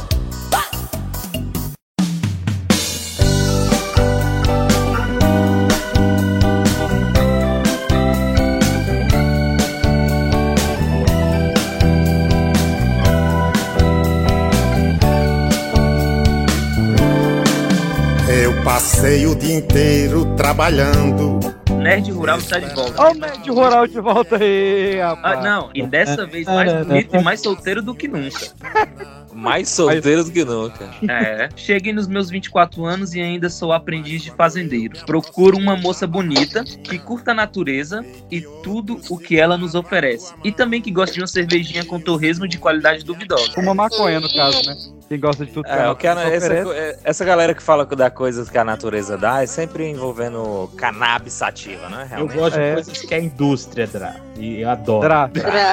Eu passei o dia inteiro trabalhando. Nerd Rural está de volta. Olha o Nerd Rural de volta aí, rapaz. Não, e dessa vez mais bonito e mais solteiro do que nunca. Mais solteiro do que nunca. Cheguei nos meus 24 anos e ainda sou aprendiz de fazendeiro. Procuro uma moça bonita, que curta a natureza e tudo o que ela nos oferece. E também que gosta de uma cervejinha com torresmo de qualidade duvidosa. Uma maconha, no caso, né? Quem gosta de tudo essa galera que fala da coisa que a natureza dá é sempre envolvendo cannabis sativa, né? Realmente. Eu gosto de coisas que a indústria dá. E eu adoro.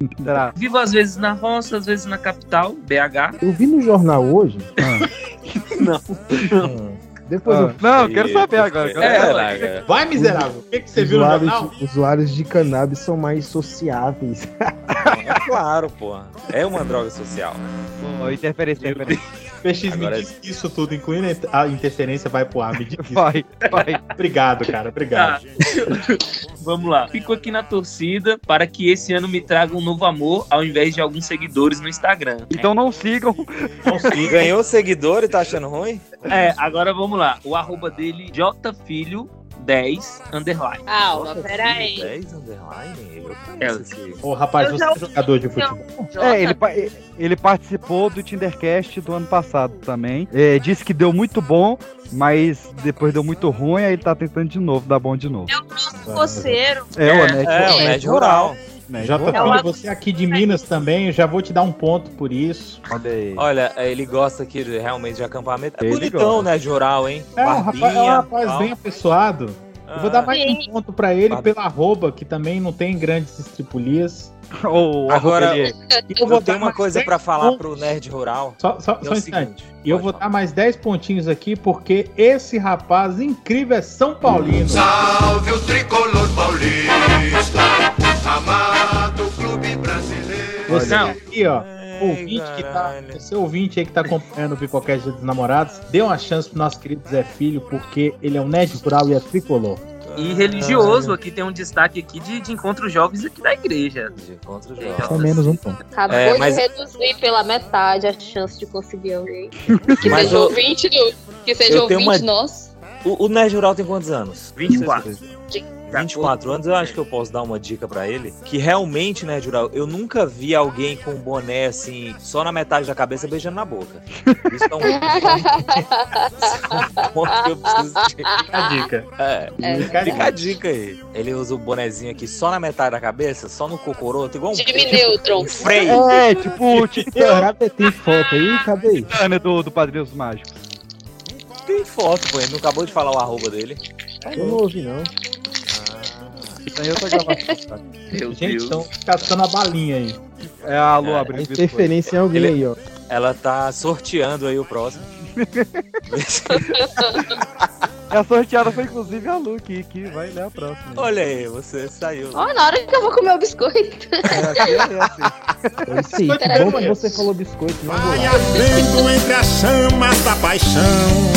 Será? Vivo às vezes na roça, às vezes na capital, BH. Eu vi no jornal hoje. Não. Depois eu... Não, eu quero saber agora. Vai, miserável. O que você viu no jornal? Usuários de cannabis são mais sociáveis. É claro, pô. É uma droga social. Interferência. PX, me diz que isso tudo, incluindo a interferência, vai pro ar. Me diz isso. Vai. Obrigado, cara. Obrigado. Vamos lá. Fico aqui na torcida para que esse ano me traga um novo amor ao invés de alguns seguidores no Instagram. Então não sigam. Ganhou seguidor e tá achando ruim? Agora vamos lá. O arroba dele, jfilho10 _. Calma, peraí. 10 underline? Ô, rapaz, você é jogador de futebol? Ele participou do Tindercast do ano passado também. Disse que deu muito bom, mas depois deu muito ruim, aí ele tá tentando de novo, dar bom de novo. É o nosso coceiro. O Nerd Rural. JP, você aqui de Minas também, eu já vou te dar um ponto por isso. Olha, ele gosta aqui realmente de acampamento. É Ele bonitão, gosta. né, de rural, hein? É um rapaz tal. bem apessoado. Eu vou dar mais um ponto pra ele pela arroba, que também não tem grandes estripulias. Agora, eu vou ter dar uma mais coisa 10 pra falar pontos. pro Nerd Rural. Só é um o instante. seguinte, E eu vou dar mais 10 pontinhos aqui, porque esse rapaz incrível é São Paulino. Salve o tricolor paulista, amado clube brasileiro. Você aqui, ó, esse ouvinte aí que tá acompanhando o Pipocast dos Namorados, dê uma chance pro nosso querido Zé Filho, porque ele é um nerd rural e é tricolor. E religioso, aqui tem um destaque aqui de encontros jovens aqui da igreja. De encontros jovens. Só menos um ponto. Acabou de reduzir pela metade a chance de conseguir alguém. Que Mas seja ouvinte nosso. O Nerd Rural tem quantos anos? 24. 24 anos, eu acho que eu posso dar uma dica pra ele. Que realmente, né, Jural, eu nunca vi alguém com um boné assim, só na metade da cabeça beijando na boca. Isso é um ponto que eu preciso ter. Fica a dica. Fica a dica aí. Ele usa o bonezinho aqui só na metade da cabeça, só no cocoroto, igual um freio. Tipo, tem foto aí, cadê? Do Padrinhos Mágicos. Tem foto, pô, ele não acabou de falar o arroba dele. Eu não ouvi, não. Isso aí eu tô gravando. Gente, estão caçando a balinha aí. É a Lu abrindo. Interferência em alguém aí, ó. Ela tá sorteando aí o próximo. A sorteada foi inclusive a Lu, que vai ler a próxima. Olha aí, você saiu. Ó, na hora que eu vou comer o biscoito. Sim, bom que você falou biscoito. Não vai ardendo entre as chamas da paixão.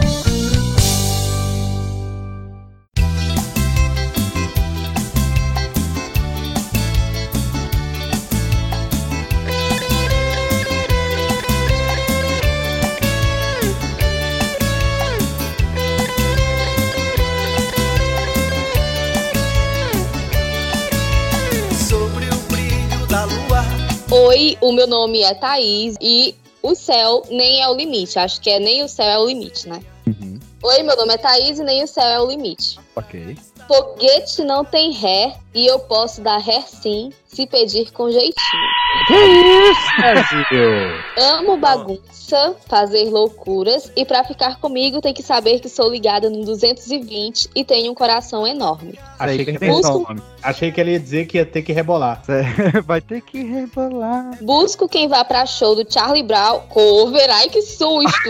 Oi, o meu nome é Thaís e o céu nem é o limite. Acho que nem o céu é o limite, né? Uhum. Oi, meu nome é Thaís e nem o céu é o limite. Ok. Foguete não tem ré e eu posso dar ré sim, se pedir com jeitinho. Que isso, Brasil? Amo bagunça, fazer loucuras e pra ficar comigo tem que saber que sou ligada no 220 e tenho um coração enorme. Achei que ele ia dizer que ia ter que rebolar. Vai ter que rebolar. Busco quem vá pra show do Charlie Brown cover. Ai, que susto!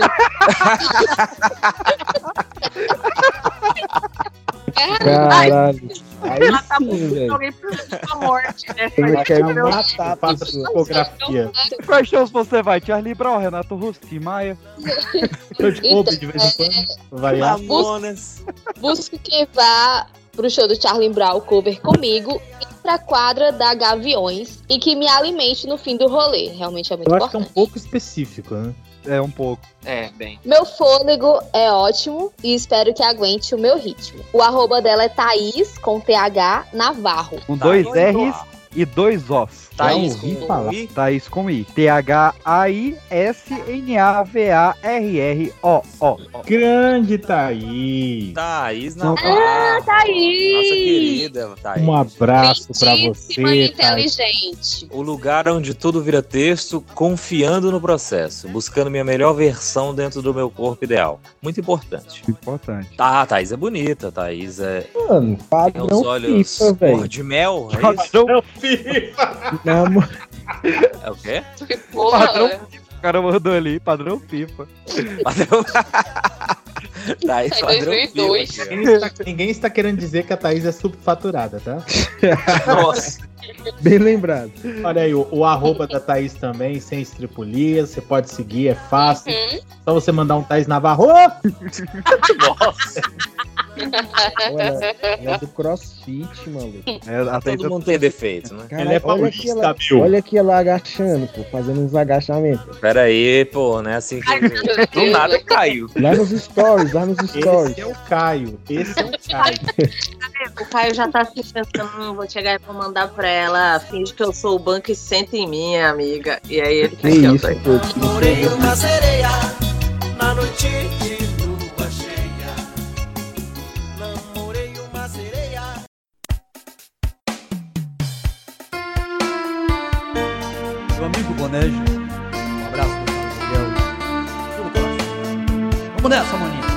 Caralho. Aí Ela tá sim, buscando velho. alguém pra morte, né? Eu quero Mas- matar a Faça pessoa. psicografia. Quais shows você vai? Charlie Brown, Renato Russo, Tim Maia? Show de cobre de vez em quando. Variar. Busco quem vá pro show do Charlie Brown cover comigo e pra quadra da Gaviões e que me alimente no fim do rolê. Realmente é muito Eu acho que é um importante. pouco específico, né? É um pouco. É, bem. Meu fôlego é ótimo e espero que aguente o meu ritmo. O arroba dela é Thaís, com TH, Navarro. Com 2 R's e 2 Os. Thaís Já ouvi com falar. I? Thaís com I. THAISNAVARRO. Grande Thaís. Thaís Não. Navarro. Thaís! Nossa querida Thaís. Um abraço pra Lindíssima você, e Thaís. inteligente. O lugar onde tudo vira texto, confiando no processo, buscando minha melhor versão dentro do meu corpo ideal. Muito importante. Importante. Tá, a Thaís é bonita, a Thaís é. Mano, Tem padrão os olhos FIFA, cor velho. de mel, é isso? Padrão FIFA. É o quê? Porra, Padrão FIFA. O cara mandou ali, padrão FIFA. Padrão. Thaís, Sai padrão 2002. FIFA. Ninguém está querendo dizer que a Thaís é subfaturada, tá? Nossa. Bem lembrado. Olha aí, o arroba da Thaís também, sem estripulia. Você pode seguir, é fácil. Só você mandar um Thaís Navarro. Nossa. Olha, ela é do CrossFit, maluco. Todo mundo tem defeito, né? Ela é paulista, olha aqui ela agachando, pô, fazendo uns agachamentos. Pera aí, pô, né? Assim que... Do nada caiu. Lá nos stories. Esse é o Caio. O Caio já tá se pensando, vou chegar e vou mandar pra ela, finge que eu sou o banco e senta em mim, amiga. E aí ele Que isso, pô. Namorei uma sereia na noite de lua cheia. Namorei uma sereia. Meu amigo Bonege, um abraço do Gabriel. Todo coração. Vamos nessa, maninha.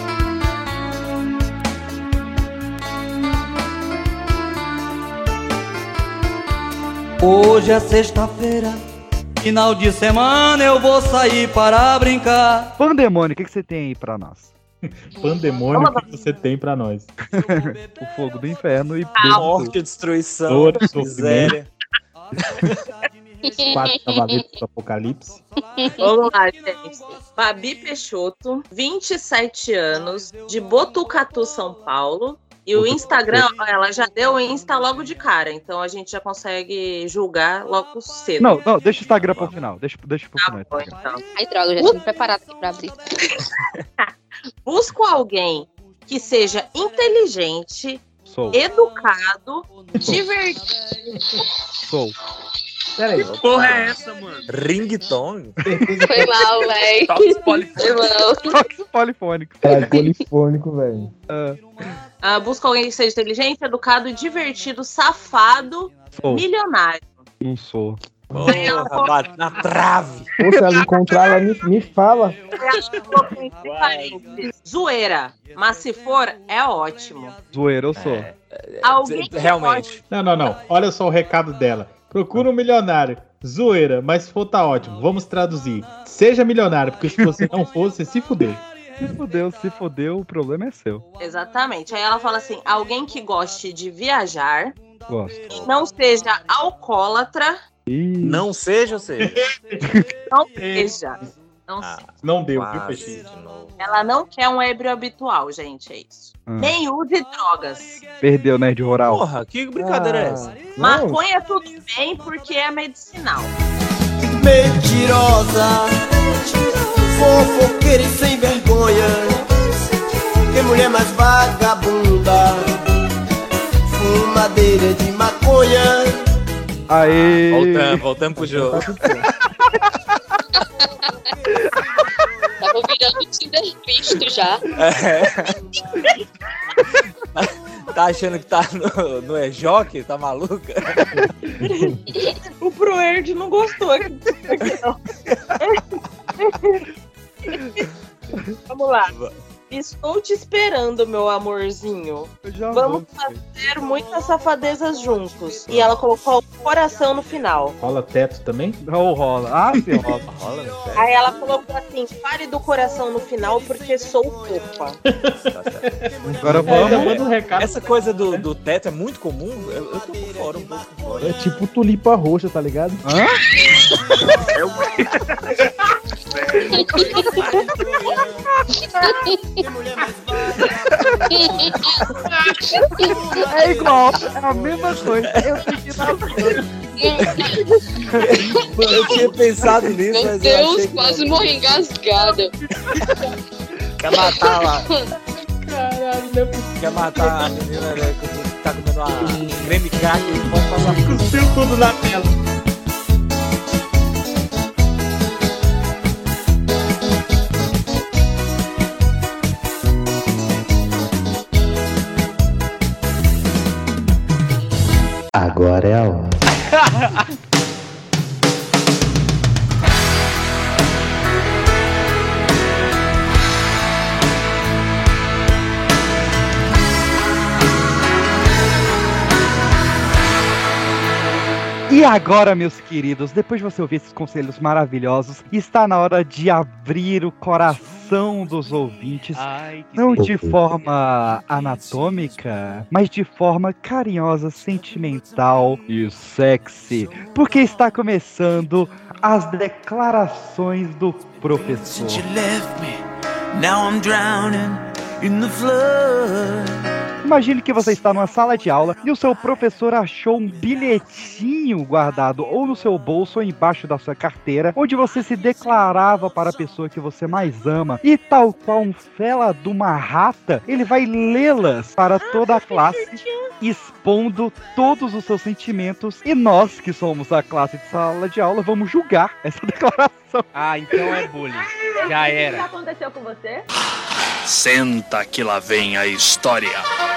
Hoje é sexta-feira, final de semana eu vou sair para brincar. Pandemônio, o que você tem aí pra nós? Pandemônio que você tem pra nós. O fogo do inferno e morte, destruição, Dor, miséria. Os 4 cavaleiros do Apocalipse. Vamos lá, gente. Babi Peixoto, 27 anos, de Botucatu, São Paulo. E o Instagram, ela já deu o Insta logo de cara, então a gente já consegue julgar logo cedo. Não, deixa o Instagram pro final. Deixa pro final. Bom, então. Ai, droga, eu já tinha me preparado aqui pra abrir. Busco alguém que seja inteligente, Sou. educado, divertido. Sou. Peraí. Que porra é essa, mano? Ringtone? Foi mal, véi. Toques polifônicos. Foi mal. Toques polifônicos. É polifônico, velho. Busco alguém que seja inteligente, educado, divertido, safado, Sou. milionário. Não sou. Porra, bate na trave. Ou se ela encontrar, ela me fala. Zoeira, mas se for, é ótimo. Zoeira, eu sou. Alguém que Realmente. Não. Olha só o recado dela. Procura um milionário. Zoeira, mas se for tá ótimo. Vamos traduzir. Seja milionário, porque se você não for, você se fudeu. Se fudeu, o problema é seu. Exatamente. Aí ela fala assim: alguém que goste de viajar, Gosto. não seja alcoólatra, Não seja ou seja? não seja. Não Não deu, viu, Quase Peixinho? de novo. Ela não quer um ébrio habitual, gente, é isso. Nem use drogas. Perdeu, Nerd Rural. Porra, que brincadeira é essa? Maconha tudo bem porque é medicinal. Mentirosa, fofoqueira e sem vergonha. Que mulher mais vagabunda, fumadeira de maconha. Aê! Voltamos pro jogo. Tava virando o Tinder Cristo já. Tá achando que tá no EJOC? Tá maluca? O Proerd não gostou. Vamos lá. Estou te esperando, meu amorzinho. Vamos fazer muitas safadezas juntos. E ela colocou o coração no final. Rola teto também? Não rola. Ah, sim, rola. Rola, né? Aí ela colocou assim: pare do coração no final porque sou fofa. Agora vamos. Manda um recado. Essa coisa do teto é muito comum. Eu tô por fora, um pouco por fora. É tipo tulipa roxa, tá ligado? É igual, é a mesma coisa. Eu tenho que dar Eu tinha pensado nisso, Meu mas eu Deus, achei que quase não. morri engasgada. Quer matar lá. Caralho, não é possível. Quer matar a menina, né, que tá comendo uma creme crack e pode passar Cuspiu tudo na tela. Agora é a hora. E agora, meus queridos, depois de você ouvir esses conselhos maravilhosos, está na hora de abrir o coração dos ouvintes, não de forma anatômica, mas de forma carinhosa, sentimental e sexy, porque está começando as declarações do professor. Now I'm drowning in the flood. Imagine que você está numa sala de aula e o seu professor achou um bilhetinho guardado ou no seu bolso ou embaixo da sua carteira, onde você se declarava para a pessoa que você mais ama. E tal qual um fela de uma rata, ele vai lê-las para toda a classe, expondo todos os seus sentimentos. E nós, que somos a classe de sala de aula, vamos julgar essa declaração. Ah, então é bullying. Já O que era. aconteceu com você? Senta que lá vem a história.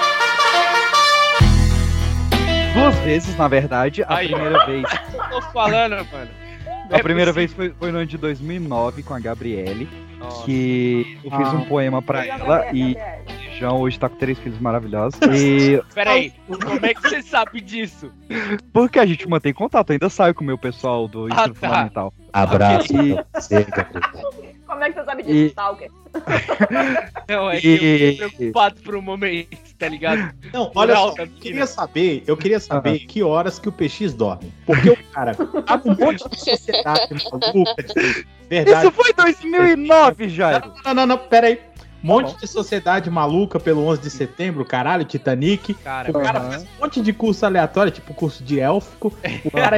2 vezes, na verdade. A primeira vez. Tô falando, mano. A primeira vez foi no ano de 2009 com a Gabriele, que eu fiz um poema pra ela e João hoje tá com 3 filhos maravilhosos. E Peraí, como é que você sabe disso? porque a gente mantém contato, ainda saio com o meu pessoal do ensino fundamental. Abraço E- pra você, Gabriel. Como é que você sabe E- disso, Stalker? Não, é que eu fiquei preocupado por um momento, tá ligado? Não, olha só, Alta, eu queria saber que horas que o PX dorme. Porque o cara tá com um monte de sociedade maluca, de verdade. Isso foi 2009, Jairo. Não, pera aí. Um monte de sociedade maluca pelo 11 de setembro, caralho, Titanic. Cara, o cara fez um monte de curso aleatório, tipo curso de élfico. O cara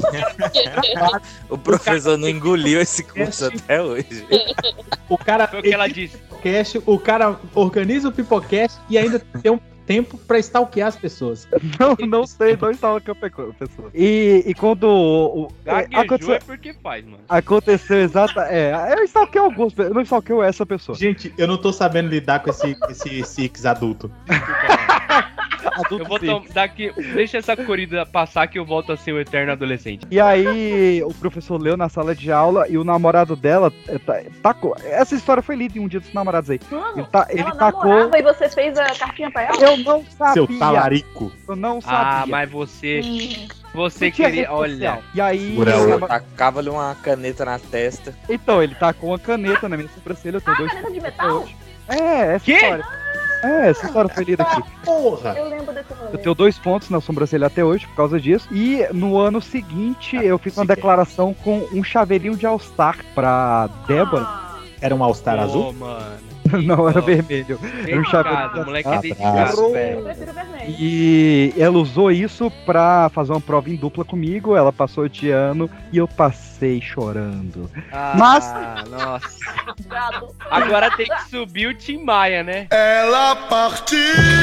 O professor não engoliu esse curso até hoje. O cara Foi o que ela disse. o cara organiza o Pipocast e ainda tem um tempo pra stalkear as pessoas. Não sei, não stalkeia a pessoa. E quando Gaguejou é porque faz, mano. aconteceu eu stalkeio alguns, eu não stalkeio essa pessoa. Gente, eu não tô sabendo lidar com esse Six adulto. Eu vou daqui, deixa essa corrida passar que eu volto a ser o eterno adolescente. E aí, o professor leu na sala de aula e o namorado dela tacou. Essa história foi lida em um dia dos namorados aí. Mano, Ele ela tacou. namorava e você fez a cartinha pra ela? Eu não sabia. Seu talarico. Eu não sabia. Ah, mas você Não tinha queria, rede social. olha. E aí. Tacava-lhe uma caneta na testa. Então, ele tacou uma caneta na minha sobrancelha. Eu tenho 2 Caneta de metal? essa história. Essa história foi lida aqui. Porra! Eu lembro desse rolê. Eu tenho 2 pontos na sobrancelha até hoje por causa disso. E no ano seguinte eu fiz uma declaração com um chaveirinho de All-Star pra Débora. Era um All-Star azul? Mano. Não, era vermelho. Era um chaveirinho. Dedicado, de moleque All-Star. dedicado, Eu velho. prefiro vermelho. E ela usou isso pra fazer uma prova em dupla comigo. Ela passou de ano e eu passei chorando. Mas Nossa. Agora tem que subir o Tim Maia, né? Ela partiu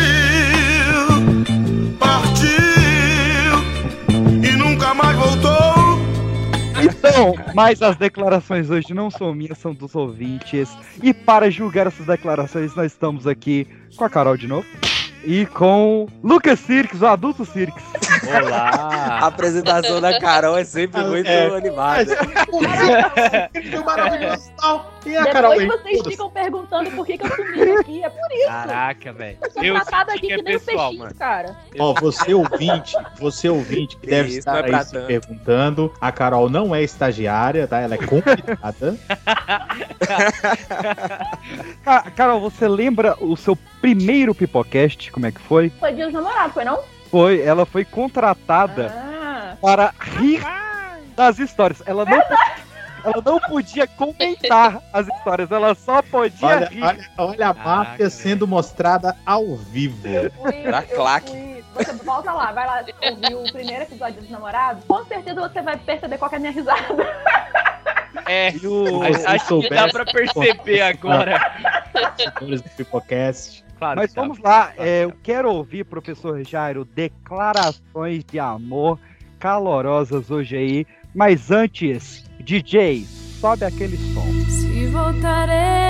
e nunca mais voltou. então, mas as declarações hoje não são minhas, são dos ouvintes. E para julgar essas declarações, nós estamos aqui com a Carol de novo. E com Lucas Sirks, o adulto Sirks. Olá! A apresentação da Carol é sempre muito animada. Maravilhoso tal. E a Carol Depois aí? vocês ficam perguntando por que eu sumi aqui. É por isso. Caraca, velho. Eu sou Eu tratada senti aqui que é que nem o pessoal, peixinho, mano. cara. Ó, você ouvinte que deve Isso, estar não é aí pra se tanto. perguntando, a Carol não é estagiária, tá? Ela é convidada. Carol, você lembra o seu primeiro Pipocast? Como é que foi? Foi dia dos namorados, foi não? Ela foi contratada Ah. para rir das histórias. Ela não podia comentar as histórias, ela só podia rir. Olha a máfia sendo mostrada ao vivo. Era claque. Você volta lá, vai lá ouvir o primeiro episódio dos namorados. Com certeza você vai perceber qual que é a minha risada. É, Se você acho que dá soubesse- pra perceber agora. Senhores do Pipocast. Claro Mas que vamos dá. lá, eu quero ouvir, professor Jairo, declarações de amor calorosas hoje aí. Mas antes, DJ, sobe aquele som. Se voltarei.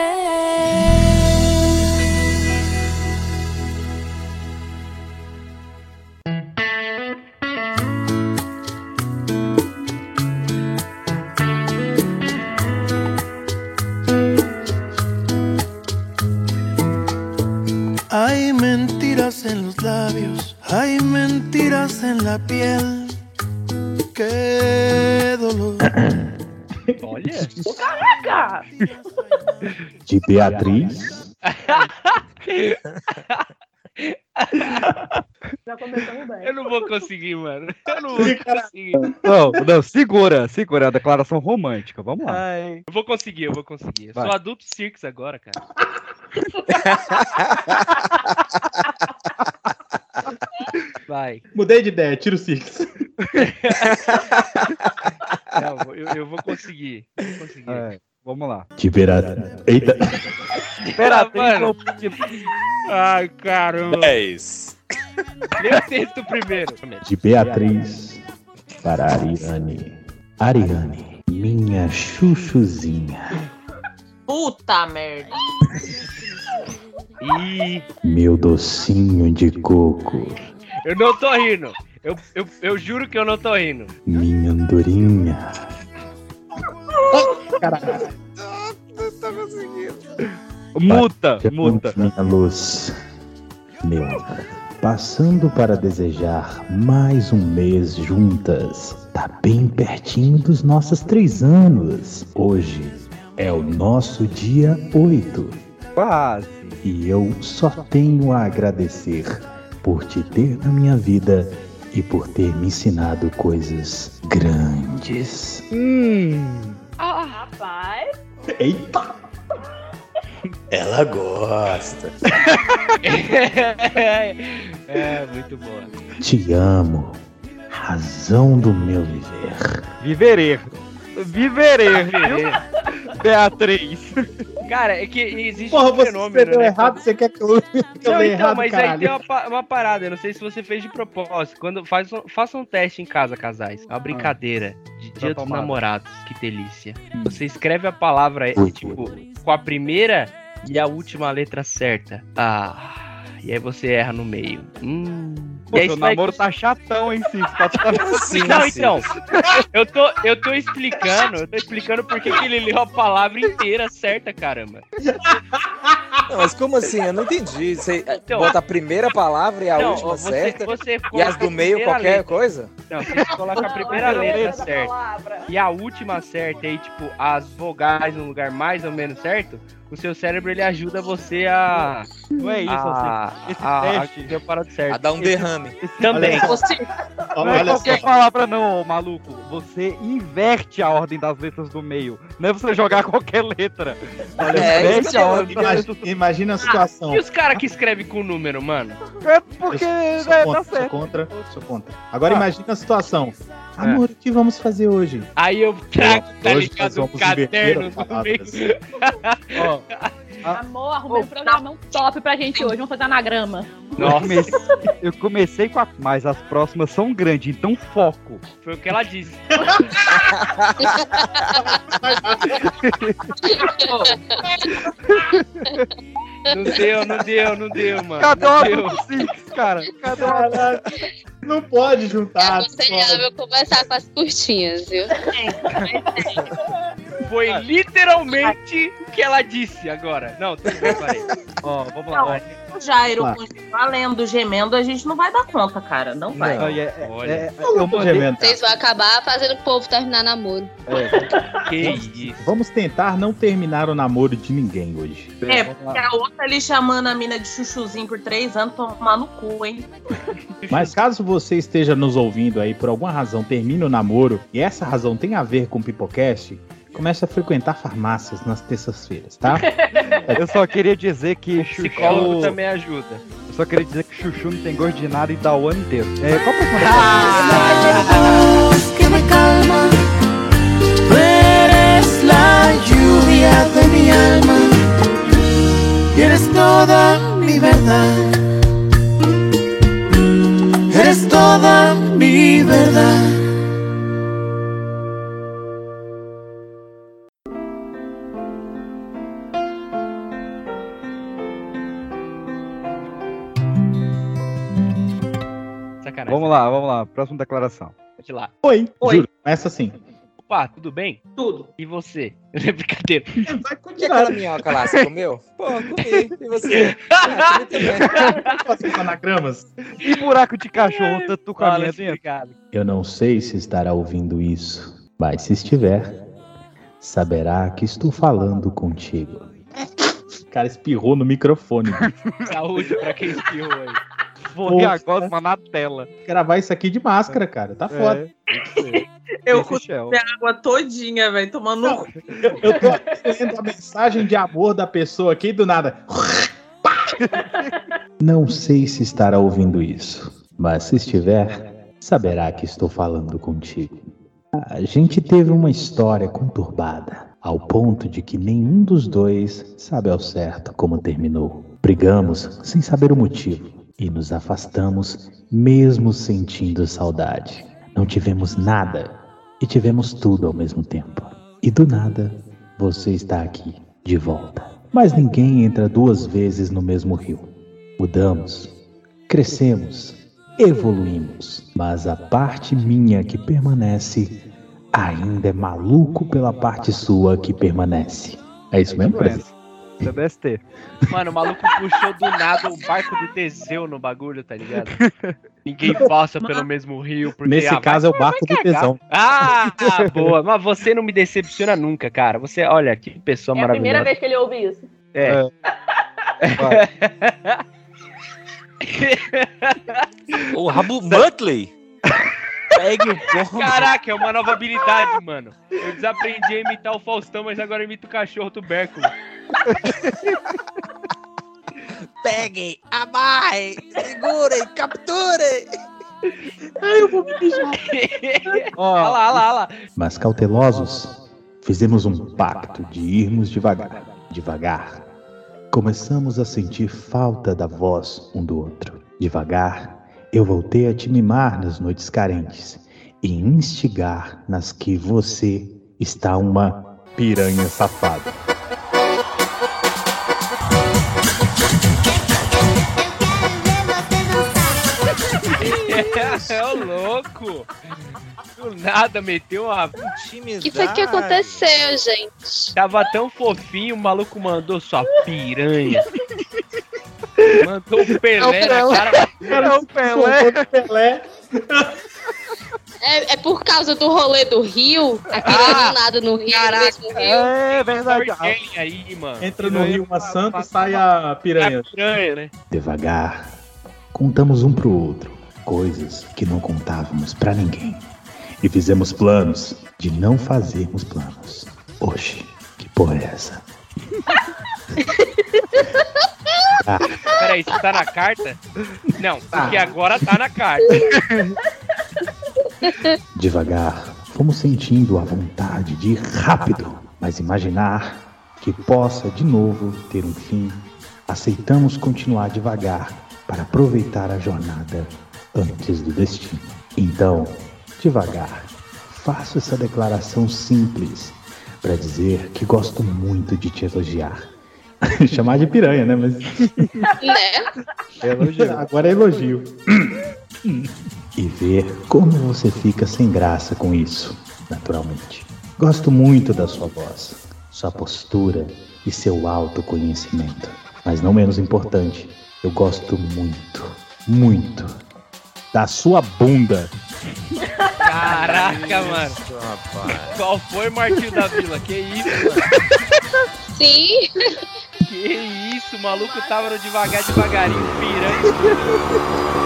Hay mentiras en los labios, hay mentiras en la piel. qué dolor. Olha. Caraca! De Beatriz. Já começamos bem. Eu não vou conseguir, mano. Eu não vou conseguir. Não, segura a declaração romântica, vamos lá. Ai, eu vou conseguir. Vai. Sou adulto Cirques agora, cara. Vai. Mudei de ideia, tira o Six. Não, eu vou conseguir. Vamos lá. De Beatriz. Eita. Mano. Ai, caramba. 10. Lê o texto primeiro. De Beatriz para Ariane. Ariane, minha chuchuzinha. Puta merda. Ih, Meu docinho de coco. eu não tô rindo. Eu juro que eu não tô rindo. Minha andorinha. Não tô conseguindo. Muta. Minha luz. Meu. Passando para desejar mais um mês juntas. Tá bem pertinho dos nossos 3 anos. Hoje é o nosso dia 8. Quase. E eu só tenho a agradecer por te ter na minha vida e por ter me ensinado coisas grandes. Ah, rapaz. Eita! Ela gosta. É, muito boa. Te amo. Razão do meu viver. Viverei, viu? Beatriz. Cara, é que existe Porra, um você fenômeno, escreveu né? errado, você quer que eu Não, leia então, errado, mas caralho? aí tem uma parada, eu não sei se você fez de propósito. Quando faça um teste em casa, casais. É uma brincadeira de Dia dos Namorados, que delícia. Você escreve a palavra, tipo, com a primeira e a última letra certa. E aí você erra no meio. Pô, seu namoro tá chatão, hein, Cis? Não, então, eu tô explicando por que ele leu a palavra inteira certa, caramba. Não, mas como assim? Eu não entendi. Você bota a primeira palavra e a última certa? E as do meio qualquer coisa? Não, você coloca a primeira letra certa e a última certa, aí, tipo, as vogais no lugar mais ou menos certo, o seu cérebro, ele ajuda você a... Não é isso, esse teste... A dar um derrame. Também. Não é qualquer palavra não, maluco. Você inverte a ordem das letras do meio. Não é você jogar qualquer letra. Inverte a ordem das letras do meio. Imagina a situação. E os caras que escrevem com número, mano? É porque tá certo. Sou contra. Agora imagina a situação. Amor, o que vamos fazer hoje? Aí eu trago, tá Hoje ligado, nós o vamos caderno inverter as no palavras. meio. Amor, arrumei um programão top pra gente hoje. Vamos fazer anagrama. Eu comecei com mas as próximas são grandes, então foco. Foi o que ela disse. Não deu, mano. Cadê o Six, cara? Cadê o Não pode juntar. É aconselhável começar com as curtinhas, viu? Foi literalmente o que ela disse agora. Não, tudo bem, parei. Ó, vamos lá. O Jairo continuar lendo, gemendo, a gente não vai dar conta, cara. Não vai. Vocês vão acabar fazendo o povo terminar namoro. Que isso. Vamos tentar não terminar o namoro de ninguém hoje. Porque a outra ali chamando a mina de chuchuzinho por 3 anos, tomar no cu, hein? Mas caso você esteja nos ouvindo aí, por alguma razão, termine o namoro, e essa razão tem a ver com o Pipocast, comece a frequentar farmácias nas terças-feiras, tá? Eu só queria dizer que psicólogo também ajuda. Eu só queria dizer que Chuchu não tem gosto de nada e dá o ano inteiro. Qual Que me calma, tú eres la lluvia de mi alma y eres toda mi verdad, eres toda mi verdad. Vamos lá. Próxima declaração. Pode ir lá. Oi. Juro, começa assim. Opa, tudo bem? Tudo. E você? É brincadeira. E aquela minhoca lá, você comeu? Pô, comi. E você? Comi também. Anagramas. E buraco de cachorro, tanto com a minha dentro. Obrigado. Eu não sei se estará ouvindo isso, mas se estiver, saberá que estou falando contigo. O cara espirrou no microfone. Saúde pra quem espirrou aí. Vou rir agora na tela. Gravar isso aqui de máscara, cara. Tá foda. Eu cuspi a água todinha, velho, tomando... Eu tô lendo a mensagem de amor da pessoa aqui do nada. Não sei se estará ouvindo isso, mas se estiver, saberá que estou falando contigo. A gente teve uma história conturbada, ao ponto de que nenhum dos dois sabe ao certo como terminou. Brigamos sem saber o motivo e nos afastamos mesmo sentindo saudade. Não tivemos nada e tivemos tudo ao mesmo tempo. E do nada, você está aqui, de volta. Mas ninguém entra duas vezes no mesmo rio. Mudamos, crescemos, evoluímos. Mas a parte minha que permanece ainda é maluco pela parte sua que permanece. É isso mesmo, Presidente? CBST. Mano, o maluco puxou do nada o barco do Teseu no bagulho, tá ligado? Ninguém passa pelo mesmo rio. Porque, nesse caso é o barco do tesão. Ah, boa. Mas você não me decepciona nunca, cara. Você, olha, que pessoa maravilhosa. É a primeira vez que ele ouve isso. O Rabo Butley. Pegue o corpo. Caraca, é uma nova habilidade, mano. Eu desaprendi a imitar o Faustão, mas agora eu imito o cachorro tubérculo. Peguem, amarrem, segurem, capturem. Ai, eu vou me mijar. Olha lá. Mas cautelosos, fizemos um pacto de irmos devagar. Devagar, começamos a sentir falta da voz um do outro. Devagar, eu voltei a te mimar nas noites carentes e instigar nas que você está uma piranha safada. É o louco. Do nada meteu uma O que foi que aconteceu, gente? Tava tão fofinho, o maluco mandou sua piranha. Mandou o Pelé na cara. Era o Pelé. É por causa do rolê do rio? A piranha nada no rio, no mesmo rio? É verdade. Aí, mano. Entra no rio uma santa e sai a piranha. Né? Devagar, contamos um pro outro coisas que não contávamos pra ninguém. E fizemos planos de não fazermos planos. Oxe, que porra é essa? Peraí, isso tá na carta? Não, porque agora tá na carta. Devagar, fomos sentindo a vontade de ir rápido, mas imaginar que possa de novo ter um fim. Aceitamos continuar devagar para aproveitar a jornada antes do destino. Então, devagar, faço essa declaração simples para dizer que gosto muito de te elogiar. Chamar de piranha, né? Mas... Né? Elogio. Agora é elogio. E ver como você fica sem graça com isso, naturalmente. Gosto muito da sua voz, sua postura e seu autoconhecimento. Mas não menos importante, eu gosto muito, muito da sua bunda. Caraca, mano. Qual foi, Martinho da Vila? Que isso, mano? Sim. Que isso, o maluco tava no devagarinho, piranha.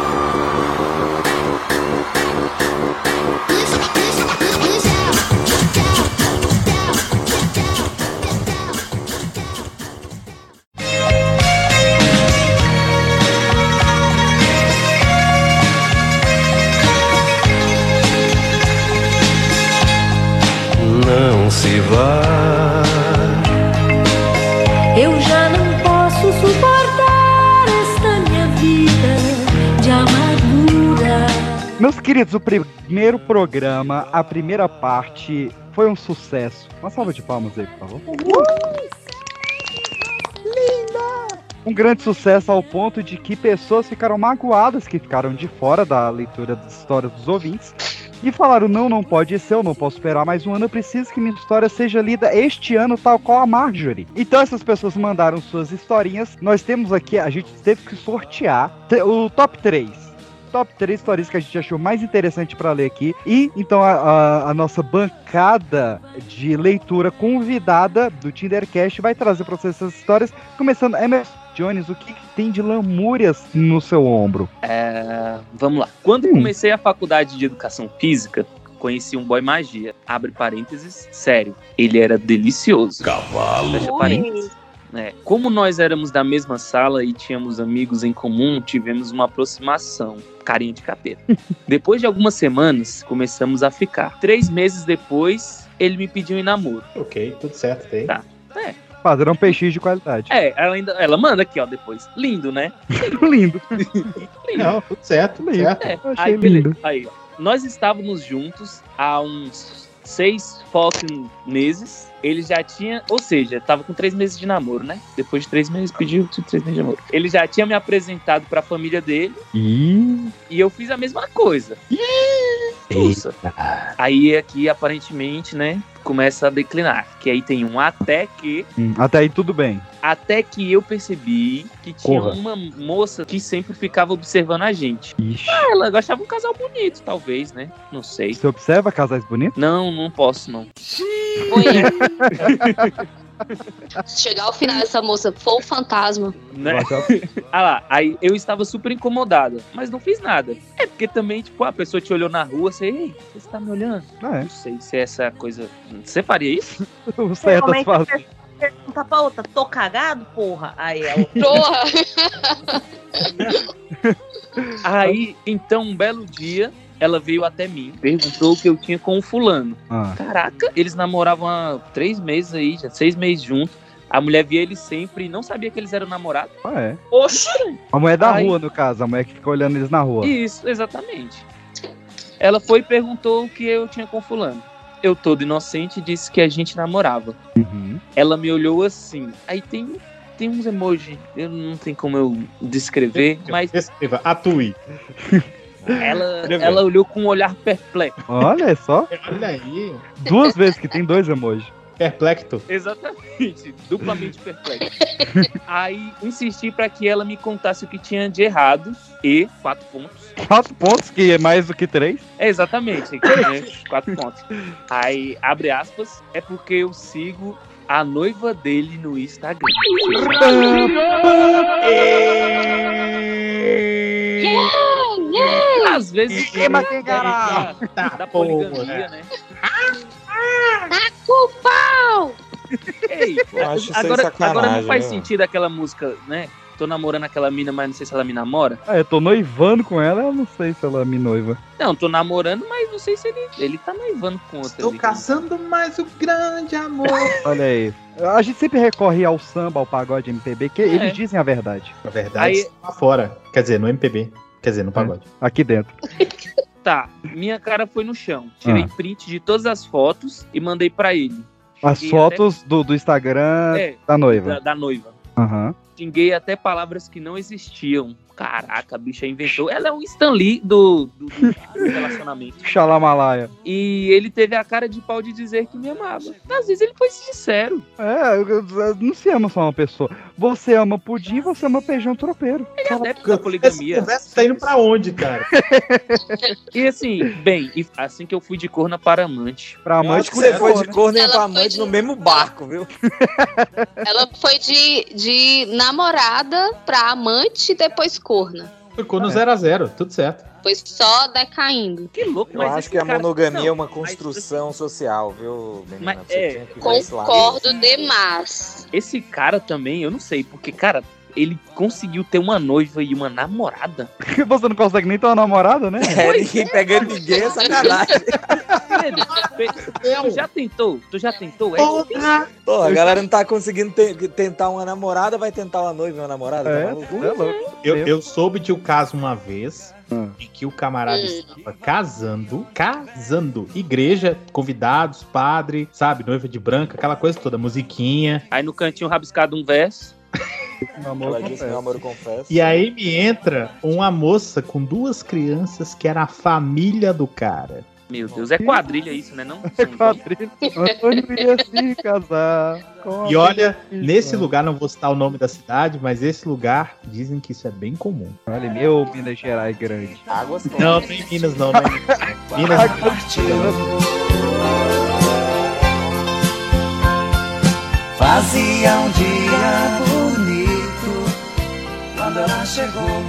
Não se vá. Eu já não posso suportar esta minha vida de amargura. Meus queridos, o primeiro programa, a primeira parte, foi um sucesso. Uma salva de palmas aí, por favor. Linda! Um grande sucesso ao ponto de que pessoas ficaram magoadas que ficaram de fora da leitura das histórias dos ouvintes. E falaram, não pode ser, eu não posso esperar mais um ano, eu preciso que minha história seja lida este ano, tal qual a Marjorie. Então essas pessoas mandaram suas historinhas, nós temos aqui, a gente teve que sortear o top 3 histórias que a gente achou mais interessante pra ler aqui. E então a nossa bancada de leitura convidada do Tindercast vai trazer pra vocês essas histórias, começando Emerson Jones, o que tem de lamúrias no seu ombro? Vamos lá. Quando comecei a faculdade de educação física, conheci um boy magia. Abre parênteses, sério. Ele era delicioso. Cavalo. Fecha parênteses. Como nós éramos da mesma sala e tínhamos amigos em comum, tivemos uma aproximação. Carinha de capeta. Depois de algumas semanas, começamos a ficar. 3 meses depois, ele me pediu em namoro. Ok, tudo certo, tem. Tá. Padrão peixe de qualidade. Ela manda aqui, ó, depois. Lindo, né? Lindo. Não, tudo certo, lindo. Achei lindo. Aí, ó. Nós estávamos juntos há uns 6 fucking meses. Ele já tinha, ou seja, tava com 3 meses de namoro, né? Depois de 3 meses, pediu 3 meses de namoro. Ele já tinha me apresentado pra família dele. E eu fiz a mesma coisa. Nossa. Aí aqui, aparentemente, né? Começa a declinar. Que aí tem um até que... até aí tudo bem. Até que eu percebi que tinha uma moça que sempre ficava observando a gente. Ela gostava de um casal bonito, talvez, né? Não sei. Você observa casais bonitos? Não posso, não. Se chegar ao final essa moça for o fantasma. Né? Aí eu estava super incomodada, mas não fiz nada. Porque também, tipo, a pessoa te olhou na rua, você tá me olhando? Não sei se é essa coisa... Você faria isso? Certas fases. Pergunta pra outra, tô cagado, porra? Aí ela... Porra! Aí, então, um belo dia... Ela veio até mim, perguntou o que eu tinha com o fulano. Caraca, eles namoravam há 3 meses aí, já 6 meses juntos. A mulher via eles sempre e não sabia que eles eram namorados. Oxi! A mulher da rua, no caso, a mulher que fica olhando eles na rua. Isso, exatamente. Ela foi e perguntou o que eu tinha com o fulano. Eu, todo inocente, disse que a gente namorava. Ela me olhou assim. Aí tem uns emojis, eu não tenho como eu descrever, mas... Descreva, atue. Ela olhou com um olhar perplexo. Olha só. Olha aí. 2 vezes que tem 2 emojis. Perplexo. Exatamente. Duplamente perplexo. Aí insisti pra que ela me contasse o que tinha de errado e 4 pontos. 4 pontos, que é mais do que 3? Exatamente. Né? 4 pontos. Aí, abre aspas, é porque eu sigo a noiva dele no Instagram. Às vezes da poligamia, né? Tá com pau! Ei, agora não faz sentido aquela música, né? Tô namorando aquela mina, mas não sei se ela me namora. Eu tô noivando com ela, eu não sei se ela me noiva. Não, tô namorando, mas não sei se ele tá noivando com outra. Estou caçando mais o grande amor. Olha aí. A gente sempre recorre ao samba, ao pagode MPB, que eles dizem a verdade. A verdade está fora. Quer dizer, no MPB. Quer dizer, no pagode. Aqui dentro. Tá, minha cara foi no chão. Tirei print de todas as fotos e mandei pra ele. As fotos do Instagram da noiva. Da noiva. Xinguei até palavras que não existiam. Caraca, a bicha inventou. Ela é um Stan Lee do relacionamento. Xalamalaia. E ele teve a cara de pau de dizer que me amava. Às vezes ele foi sincero. Não se ama só uma pessoa. Você ama pudim, você ama feijão tropeiro. Ele é adepto da poligamia. Essa conversa tá indo pra onde, cara? E assim, assim que eu fui de corna para amante. Pra amante, você foi de corna e pra amante no mesmo barco, viu? Ela foi de namorada pra amante e depois corna. Ficou no 0-0, tudo certo. Foi só decaindo. Que louco, eu acho que a monogamia é uma construção social, viu, menina? Concordo demais. Esse cara também, eu não sei, porque, cara, ele conseguiu ter uma noiva e uma namorada. Você não consegue nem ter uma namorada, né? Ninguém pegando ninguém é sacanagem. Tu já tentou? Porra, a galera não tá conseguindo tentar uma namorada, vai tentar uma noiva e uma namorada? É louco. Eu soube de um caso uma vez em que o camarada estava casando, igreja, convidados, padre, sabe, noiva de branca, aquela coisa toda, musiquinha. Aí no cantinho rabiscado um verso. Ela disse, meu amor, eu confesso. E aí me entra uma moça com 2 crianças que era a família do cara. Meu Deus, é quadrilha isso, né? Não? É quadrilha. Antônio ia se casar. E olha, nesse lugar, não vou citar o nome da cidade, mas esse lugar, dizem que isso é bem comum. Olha, meu Minas Gerais grande. Águas Não, tem Minas não, né? Minas Fazia um dia bonito quando ela chegou.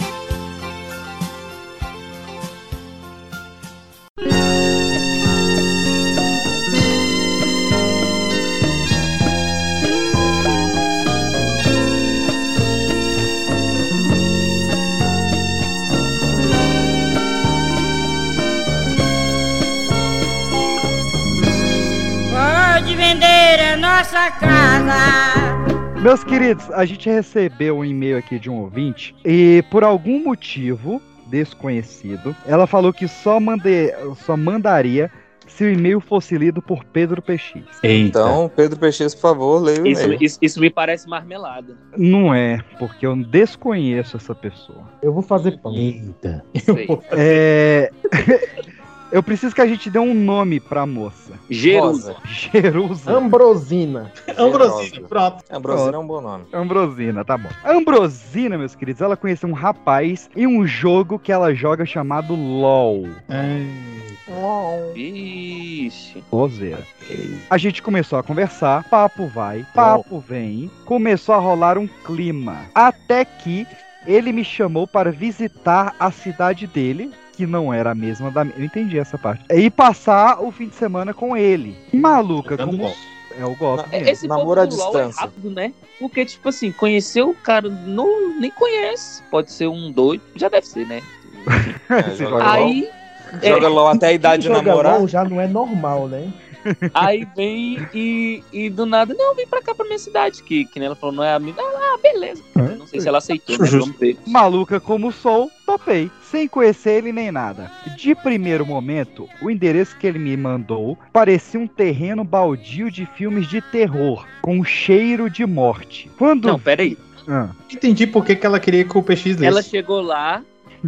Pode vender a nossa casa. Meus queridos, a gente recebeu um e-mail aqui de um ouvinte e por algum motivo desconhecido, ela falou que só mandaria se o e-mail fosse lido por Pedro PX. Então, Pedro PX, por favor, leia o e-mail. Isso me parece marmelada. Não é, porque eu desconheço essa pessoa. Eu vou fazer pão. Eita. Eu preciso que a gente dê um nome pra moça. Jerusa. Ambrosina. Ambrosina, pronto. Ambrosina é um bom nome. Ambrosina, tá bom. A Ambrosina, meus queridos, ela conheceu um rapaz em um jogo que ela joga chamado LOL. Ixi. Roseira. A gente começou a conversar, papo vai, papo vem, começou a rolar um clima. Até que ele me chamou para visitar a cidade dele, que não era a mesma da minha. Eu entendi essa parte. E passar o fim de semana com ele. Maluca, como... É o golpe. Esse namoro à distância. É rápido, né? Porque, tipo assim, conheceu o cara, nem conhece. Pode ser um doido. Já deve ser, né? Aí... Joga LOL até a idade de namorar. LOL já não é normal, né? Aí vem e do nada, não, vem pra cá pra minha cidade, que nem ela falou, não é amiga. Beleza. Não sei se ela aceitou, né? Vamos ver. Maluca como sou, topei. Sem conhecer ele nem nada. De primeiro momento, o endereço que ele me mandou parecia um terreno baldio de filmes de terror, com cheiro de morte. Quando... Não, peraí. Entendi por que ela queria que o PX lesse. Ela chegou lá...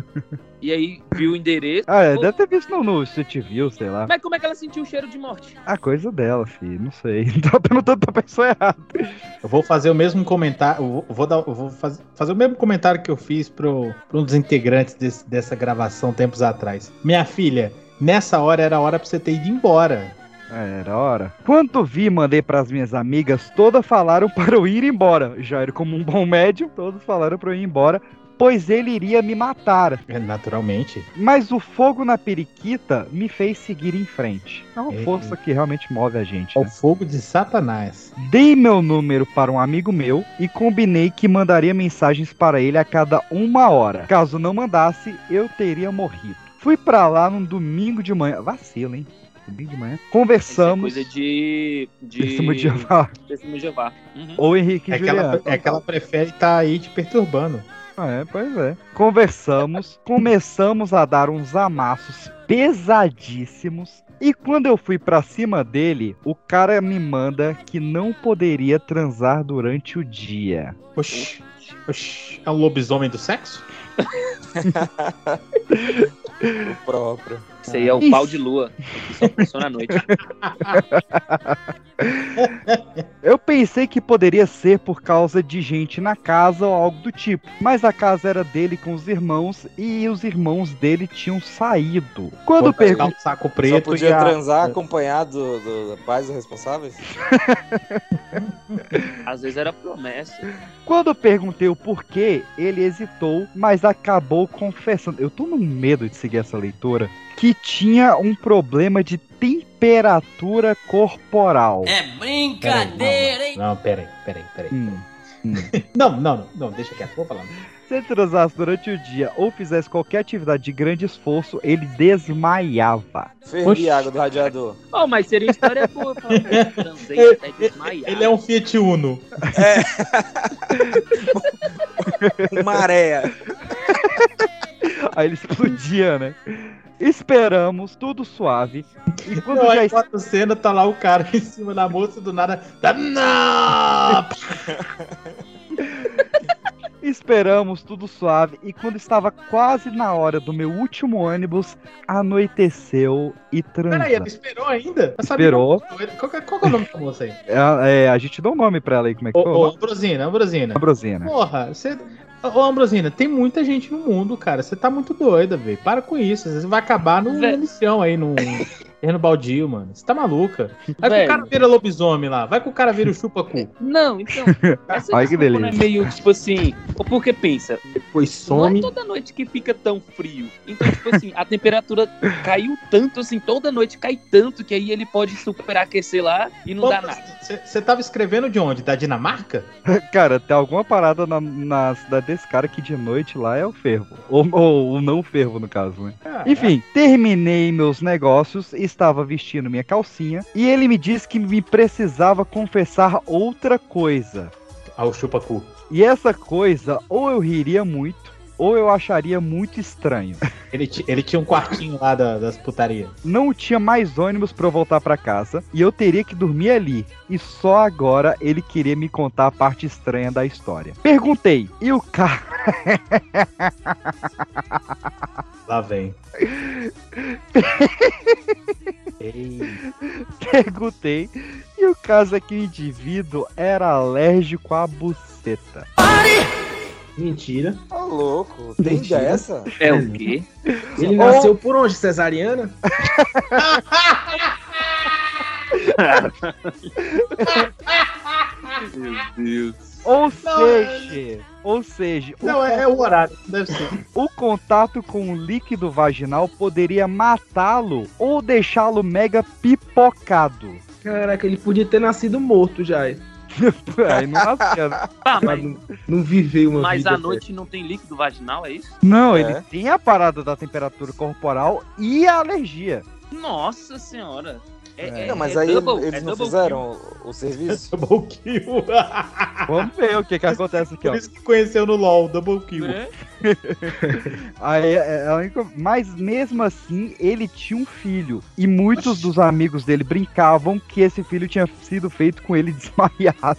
E aí, viu o endereço. Deve ter visto no City View, sei lá. Mas como é que ela sentiu o cheiro de morte? A coisa dela, filho, não sei. Não tô perguntando pra pessoa errada. Eu vou fazer o mesmo comentário. Vou fazer o mesmo comentário que eu fiz pra um dos integrantes dessa gravação tempos atrás. Minha filha, nessa hora era a hora pra você ter ido embora. Era hora. Quando vi, mandei pras minhas amigas, todas falaram para eu ir embora. Jair, como um bom médium, todos falaram pra eu ir embora, pois ele iria me matar. Naturalmente. Mas o fogo na periquita me fez seguir em frente. É uma força que realmente move a gente. É o fogo de Satanás. Dei meu número para um amigo meu e combinei que mandaria mensagens para ele a cada 1 hora. Caso não mandasse, eu teria morrido. Fui pra lá num domingo de manhã. Vacilo, hein? Domingo de manhã. Conversamos. Coisa de... Testemunho de Jeová. Testemunho de Jeová. Ou Henrique Juliano. É que ela prefere estar aí te perturbando. Pois é. Conversamos, começamos a dar uns amassos pesadíssimos. E quando eu fui pra cima dele, o cara me manda que não poderia transar durante o dia. Oxi, é um lobisomem do sexo? O próprio. Isso aí é o pau de lua, que só funciona à noite. Eu pensei que poderia ser por causa de gente na casa ou algo do tipo, mas a casa era dele com os irmãos e os irmãos dele tinham saído. Quando perguntei, saco preto, só podia transar acompanhado do pais responsáveis? Às vezes era promessa. Quando eu perguntei o porquê, ele hesitou, mas acabou confessando. Eu tô no medo de seguir essa leitura. Que tinha um problema de temperatura corporal. É brincadeira, hein? Não, peraí. Não, deixa quieto, vou falar. Se ele transasse durante o dia ou fizesse qualquer atividade de grande esforço, ele desmaiava. Fervia água do radiador. Mas seria história boa. Transei até desmaiar. Ele é um Fiat Uno. Uma areia. Aí ele explodia, né? Esperamos, tudo suave. E quando já a cena, tá lá o cara em cima da moça do nada. Não! Esperamos, tudo suave, e quando estava quase na hora do meu último ônibus, anoiteceu e Peraí, ela transamos. esperou ainda? Eu sabia Esperou. Qual que é o nome da moça aí? A gente dá um nome pra ela aí, como é que foi? Ô, Ambrosina. Ambrosina. Porra, você... Ô, Ambrosina, tem muita gente no mundo, cara. Você tá muito doida, velho. Para com isso. Você vai acabar no lixão aí, no terreno baldio, mano. Você tá maluca. Vai que o cara vira lobisomem lá. Vai que o cara vira o chupa-cu. Não, então. Essa Ai, que desculpa, delícia. né, meio tipo assim. Porque pensa, Depois não é some. toda noite que fica tão frio. Então, tipo assim, a temperatura caiu tanto, assim, toda noite cai tanto que aí ele pode superaquecer lá e não dá nada. Você tava escrevendo de onde? Da Dinamarca? Cara, tem alguma parada na cidade desse cara que de noite lá é o fervo. Ou não o fervo, no caso, né? Enfim, terminei meus negócios, estava vestindo minha calcinha e ele me disse que me precisava confessar outra coisa. Ao chupa-cu. E essa coisa, ou eu riria muito, ou eu acharia muito estranho. Ele tinha um quartinho lá das putarias. Não tinha mais ônibus pra eu voltar pra casa e eu teria que dormir ali. E só agora ele queria me contar a parte estranha da história. Perguntei, e o cara... Lá vem. Perguntei, e o caso é que o indivíduo era alérgico à buceta. Mentira. Tá louco. Tem Mentira. dessa? É o quê? Ele nasceu por onde? Cesariana? Meu Deus. Ou seja, Não, é o horário, deve ser. o contato com o líquido vaginal poderia matá-lo ou deixá-lo mega pipocado. Caraca, ele podia ter nascido morto já. Aí não nasceu. Tá, mas, Não viveu uma mas vida. à noite não tem líquido vaginal, é isso? Não, ele tem a parada da temperatura corporal e a alergia. Nossa senhora. Não, mas aí double- eles é não double fizeram o serviço? Double kill. Vamos ver o que acontece aqui, ó. Por isso que conheceu no LoL, Double Kill. Aí, mas mesmo assim, ele tinha um filho. E muitos dos amigos dele brincavam que esse filho tinha sido feito com ele desmaiado.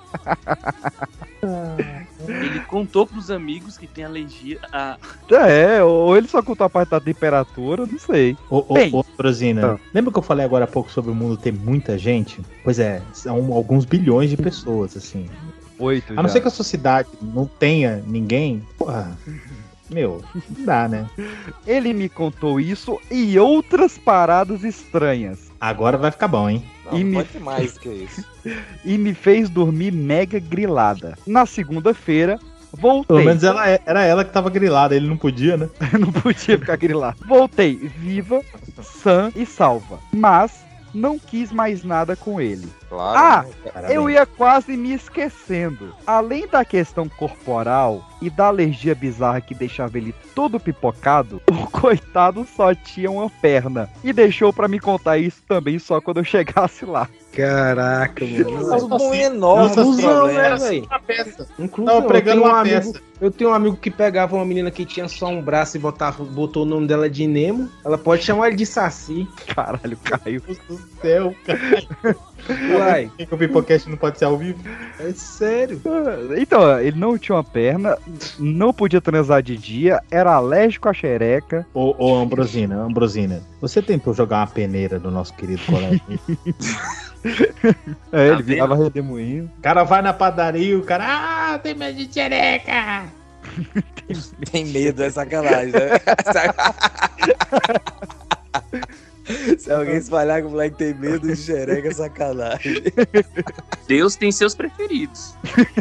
Ele contou pros amigos que tem alergia a... Ou ele só contou a parte da temperatura, não sei. Ô, Brosina, lembra que eu falei agora há pouco sobre o mundo ter muita gente? Pois é, são alguns bilhões de pessoas, assim. 8 A não ser que a sociedade não tenha ninguém, porra, meu, não dá, né? Ele me contou isso e outras paradas estranhas. Agora vai ficar bom, hein? Não pode ter mais que isso. E me fez dormir mega grilada. Na segunda-feira, voltei. Pelo menos era ela que tava grilada, ele não podia, né? Não podia ficar grilado. Voltei viva, sã e salva. Mas não quis mais nada com ele. Claro. Eu ia quase me esquecendo. Além da questão corporal e da alergia bizarra que deixava ele todo pipocado, o coitado só tinha uma perna. E deixou pra me contar isso também só quando eu chegasse lá. Caraca, mano. Um bom enorme Inclusão, né, problema. velho? Tava Inclusão. pregando uma amigo, peça. eu tenho um amigo que pegava uma menina que tinha só um braço e botou o nome dela de Nemo. Ela pode chamar ele de Saci. Caralho, Caio. Meu Deus do céu, cara. Uai. Por que o Pipocast não pode ser ao vivo? É sério. Então, ele não tinha uma perna, não podia transar de dia, era alérgico à xereca. Ô, Ambrosina, você tentou jogar uma peneira no nosso querido colega? Ele virava redemoinho. O cara vai na padaria e o cara, tem medo de xereca. Tem medo, é sacanagem, né? Se alguém espalhar que o moleque tem medo de xereca, é sacanagem. Deus tem seus preferidos.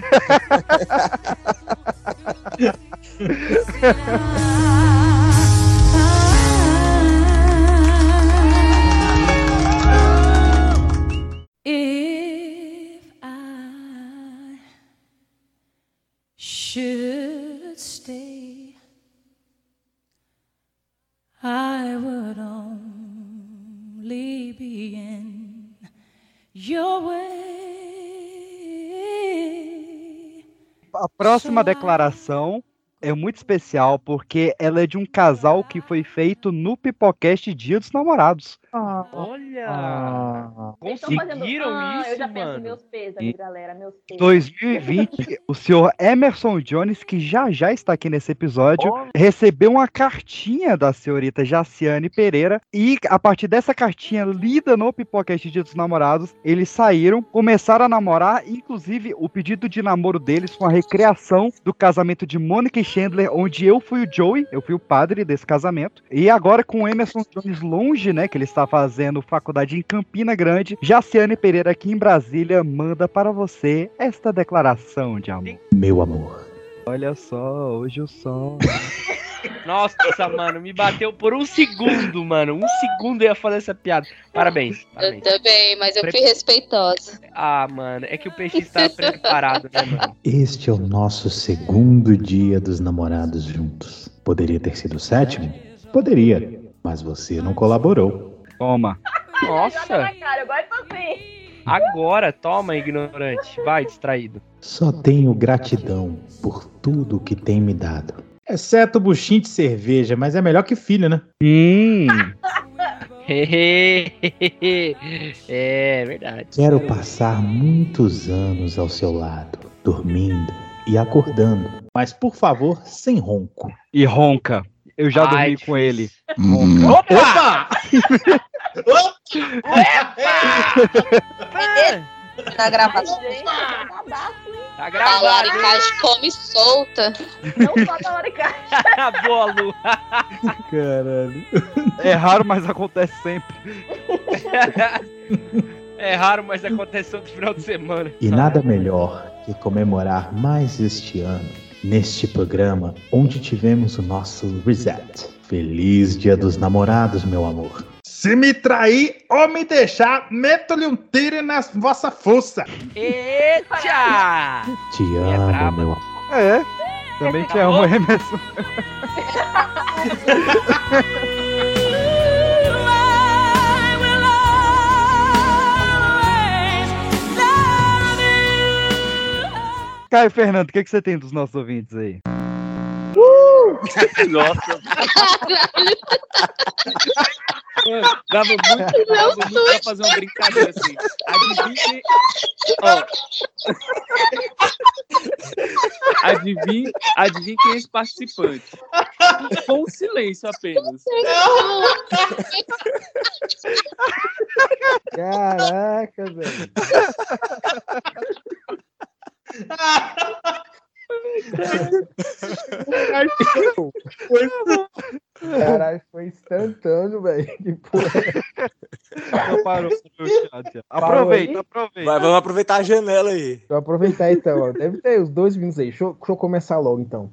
If I should stay, I would only be in your way. A próxima declaração é muito especial porque ela é de um casal que foi feito no Pipocast Dia dos Namorados. Olha! Conseguiram isso, Eu já penso, mano. meus pesos, galera, meus pesos. 2020, o senhor Emerson Jones, que já está aqui nesse episódio, recebeu uma cartinha da senhorita Jaciane Pereira e a partir dessa cartinha lida no Pipocast Dia dos Namorados, eles saíram, começaram a namorar, inclusive o pedido de namoro deles foi uma recriação do casamento de Mônica e Chandler, onde eu fui o Joey, eu fui o padre desse casamento, e agora com o Emerson Jones longe, né, que ele está fazendo faculdade em Campina Grande, Jaciane Pereira aqui em Brasília manda para você esta declaração de amor. Meu amor. Olha só, hoje o sol... Nossa, mano, me bateu por um segundo, mano. Um segundo eu ia fazer essa piada. Parabéns. Eu também, mas eu fui respeitosa. Ah, mano, é que o peixe está preparado, né, mano? Este é o nosso segundo dia dos namorados juntos. Poderia ter sido o 7º? Poderia, mas você não colaborou. Toma. Nossa. Cara, eu gosto assim. Agora, toma, ignorante. Vai, distraído. Só tenho gratidão por tudo que tem me dado. Exceto o buchinho de cerveja, mas é melhor que filho, né? É verdade. Quero passar muitos anos ao seu lado, dormindo e acordando. Mas, por favor, sem ronco. E ronca. Eu já dormi com ele. Opa! Tá gravado. Tá A gravado. laricagem come solta. Não só da laricagem. Boa, Lu. Caralho. É raro, mas acontece sempre. É raro, mas acontece todo final de semana. E nada melhor que comemorar mais este ano, neste programa, onde tivemos o nosso reset. Feliz Dia dos Namorados, meu amor. Se me trair ou me deixar, meto-lhe um tiro na vossa força. Eita! Te amo, meu amor. É, também te amo, Emerson. Caio Fernando, o que você tem dos nossos ouvintes aí? Nossa. Mano, dava muito pra fazer uma brincadeira assim. Adivinhe quem é esse participante. Com silêncio apenas. Caraca, velho. Caralho, foi instantâneo, velho. Que porra. Já parou no meu chat. Aproveita. Vamos aproveitar a janela aí. Vou aproveitar então, ó. Deve ter uns 2 minutos aí. Deixa eu começar logo então.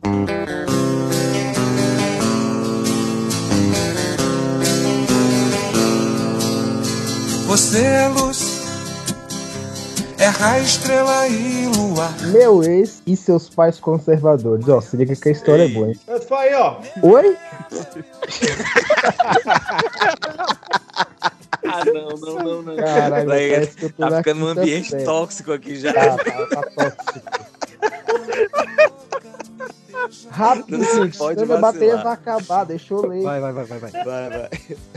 Você é luz, é raio, estrela e lua. Meu ex e seus pais conservadores. Ó, se liga que a história é boa, hein? Foi aí, ó. Oi? Ah, não. Caralho, parece que eu tô Tá na ficando num quinta ambiente série. tóxico aqui já. Tá tóxico. Rápido, Você gente. pode Quando a bateria vacilar. vai acabar, deixa eu ler. Vai. Vai.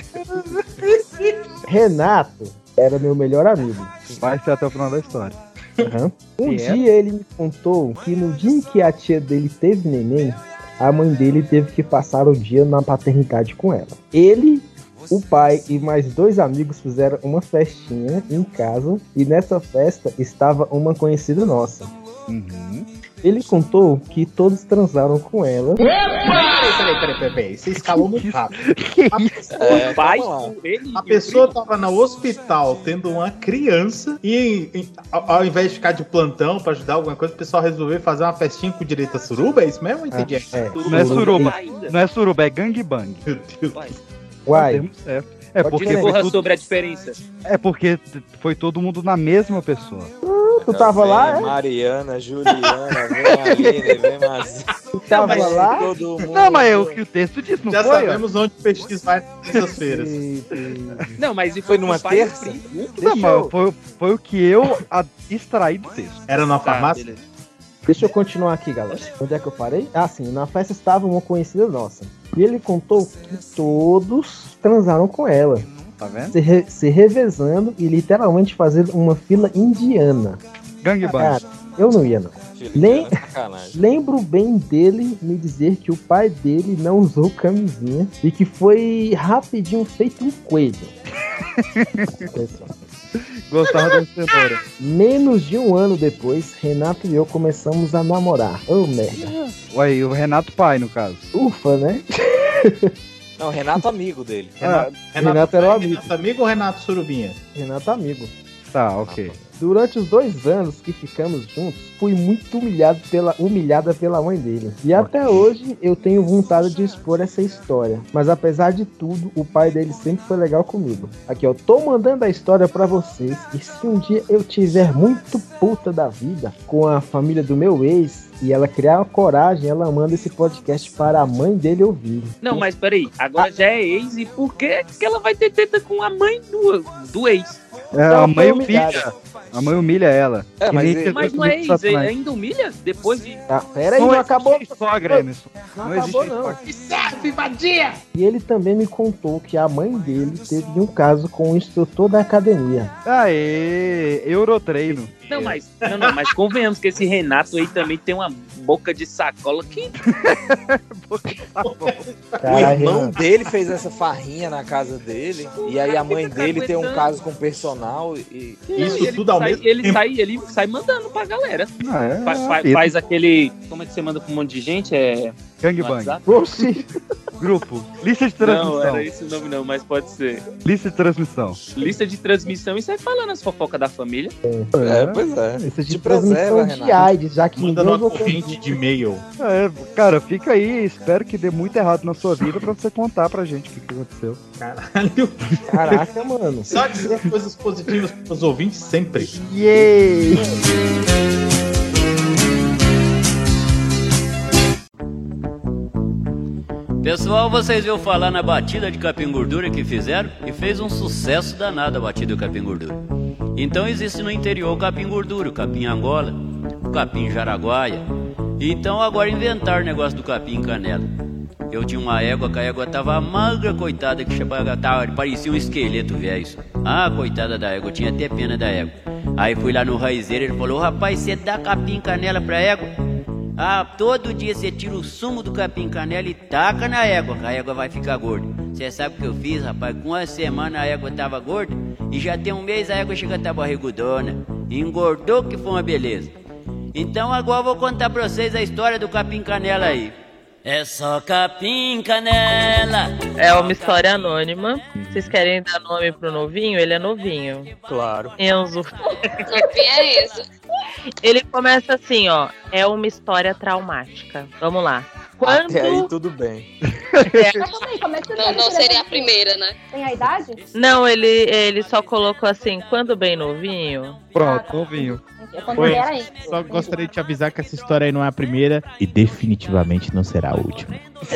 Renato era meu melhor amigo. Vai ser até o final da história. Uhum. Um E era? dia ele me contou que no dia em que a tia dele teve neném, a mãe dele teve que passar o dia na paternidade com ela. Ele, o pai e mais 2 amigos fizeram uma festinha em casa e nessa festa estava uma conhecida nossa. Ele contou que todos transaram com ela. Peraí. Você escalou muito rápido. A pessoa tava no hospital tendo uma criança e ao invés de ficar de plantão pra ajudar alguma coisa, o pessoal resolveu fazer uma festinha com direito a suruba? É isso mesmo? Eu entendi. Não é suruba. Não é suruba, é gangbang. Meu Deus. Uai. Termo certo. É porque Discorra sobre a diferença. É porque foi todo mundo na mesma pessoa. Tu tava lá, é? Mariana, Juliana, vem Aline, vem Mazzi. Tu tava lá? Todo mundo. Não, mas é o que o texto diz, não Já foi? sabemos onde o PX vai nessas feiras. Não, mas e Foi numa terça? Não, mas foi o que eu extraí do texto. Era numa farmácia? Beleza. Deixa eu continuar aqui, galera. Onde é que eu parei? Ah, sim. Na festa estava uma conhecida nossa. E ele contou que todos transaram com ela. Tá vendo? Se revezando e literalmente fazendo uma fila indiana. Gangbang. Cara, eu não ia, não. Lembro bem dele me dizer que o pai dele não usou camisinha e que foi rapidinho feito um coelho. Gostava da cenoura. Menos de um ano depois, Renato e eu começamos a namorar. Oh, merda. Ué, e o Renato pai, no caso? Ufa, né? Não, Renato amigo dele. Renato era o amigo. Renato amigo ou Renato Surubinha? Renato amigo. Tá, ok. Durante os 2 anos que ficamos juntos, fui muito humilhada pela mãe dele. E até hoje eu tenho vontade de expor essa história. Mas apesar de tudo, o pai dele sempre foi legal comigo. Aqui, ó, tô mandando a história pra vocês. E se um dia eu tiver muito puta da vida com a família do meu ex e ela criar coragem, ela manda esse podcast para a mãe dele ouvir. Não, mas peraí, agora já é ex e por que ela vai ter treta com a mãe do ex? A mãe humilha. A mãe humilha ela. Mas não é ex, ele ainda humilha depois de... Pera aí, não acabou. Sogra, Emerson. Não acabou, não. Que serve, vadia! E ele também me contou que a mãe dele teve um caso com o instrutor da academia. Aê, Eurotreino. Não, mas convenhamos que esse Renato aí também tem uma boca de sacola que... O irmão dele fez essa farrinha na casa dele. E aí a mãe dele tem um caso com personal. E isso tudo ao mesmo tempo. Ele sai mandando pra galera. Faz aquele... Como é que você manda pra um monte de gente? Gangbang. Grupo. Lista de transmissão. Não, era esse o nome não, mas pode ser. Lista de transmissão. Lista de transmissão e sai falando as fofocas da família. Pois é. Lista de transmissão de AIDS, já que manda uma corrente de e-mail. Cara, fica aí. Espero que dê muito errado na sua vida pra você contar pra gente o que aconteceu. Caralho. Caraca, mano. Só dizer coisas positivas pros ouvintes sempre. Yay! Pessoal, vocês viram falar na batida de capim gordura que fizeram? E fez um sucesso danado a batida de capim gordura. Então existe no interior o capim gordura, o capim Angola, o capim Jaraguaia. Então agora inventaram o negócio do capim canela. Eu tinha uma égua, que a égua tava magra, coitada, que parecia um esqueleto, velho. Ah, coitada da égua, eu tinha até pena da égua. Aí fui lá no raizeiro, ele falou: rapaz, você dá capim canela pra égua? Ah, todo dia você tira o sumo do capim canela e taca na égua, que a égua vai ficar gorda. Você sabe o que eu fiz, rapaz? Com uma semana a égua tava gorda e já tem um mês a égua chega a estar barrigudona. Engordou que foi uma beleza. Então agora eu vou contar pra vocês a história do capim canela aí. É só capim canela. É uma história anônima. Vocês querem dar nome pro novinho? Ele é novinho. Claro. Enzo. Novinho é Enzo. Ele começa assim, ó. É uma história traumática. Vamos lá. Quando... Até aí tudo bem. Não seria a primeira, né? Tem a idade? Não, ele só colocou assim, quando bem novinho. Pronto, novinho. Só gostaria de te avisar que essa história aí não é a primeira e definitivamente não será a última.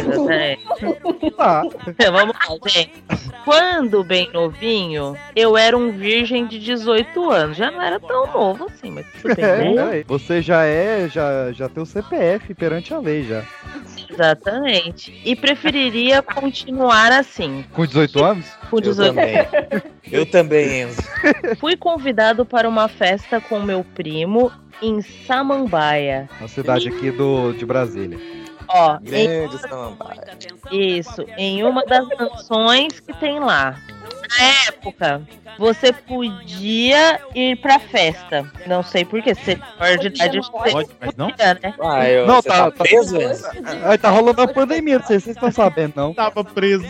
Vamos lá, gente. Quando bem novinho, eu era um virgem de 18 anos. Já não era tão novo assim, mas tudo bem, né? Você já tem o CPF perante a lei já. Exatamente. E preferiria continuar assim. Com 18 anos? Com 18 anos. Eu também, Enzo. Fui convidado para uma festa com meu primo em Samambaia. Uma cidade aqui de Brasília. Ó, Grande Samambaia. Isso, em uma das mansões que tem lá. Na época, você podia ir pra festa. Não sei porquê, se for de idade... Pode, mas não? Podia, né? Não, tá preso, Enzo? Tá rolando a pandemia, não sei se vocês estão sabendo, não. Tava preso.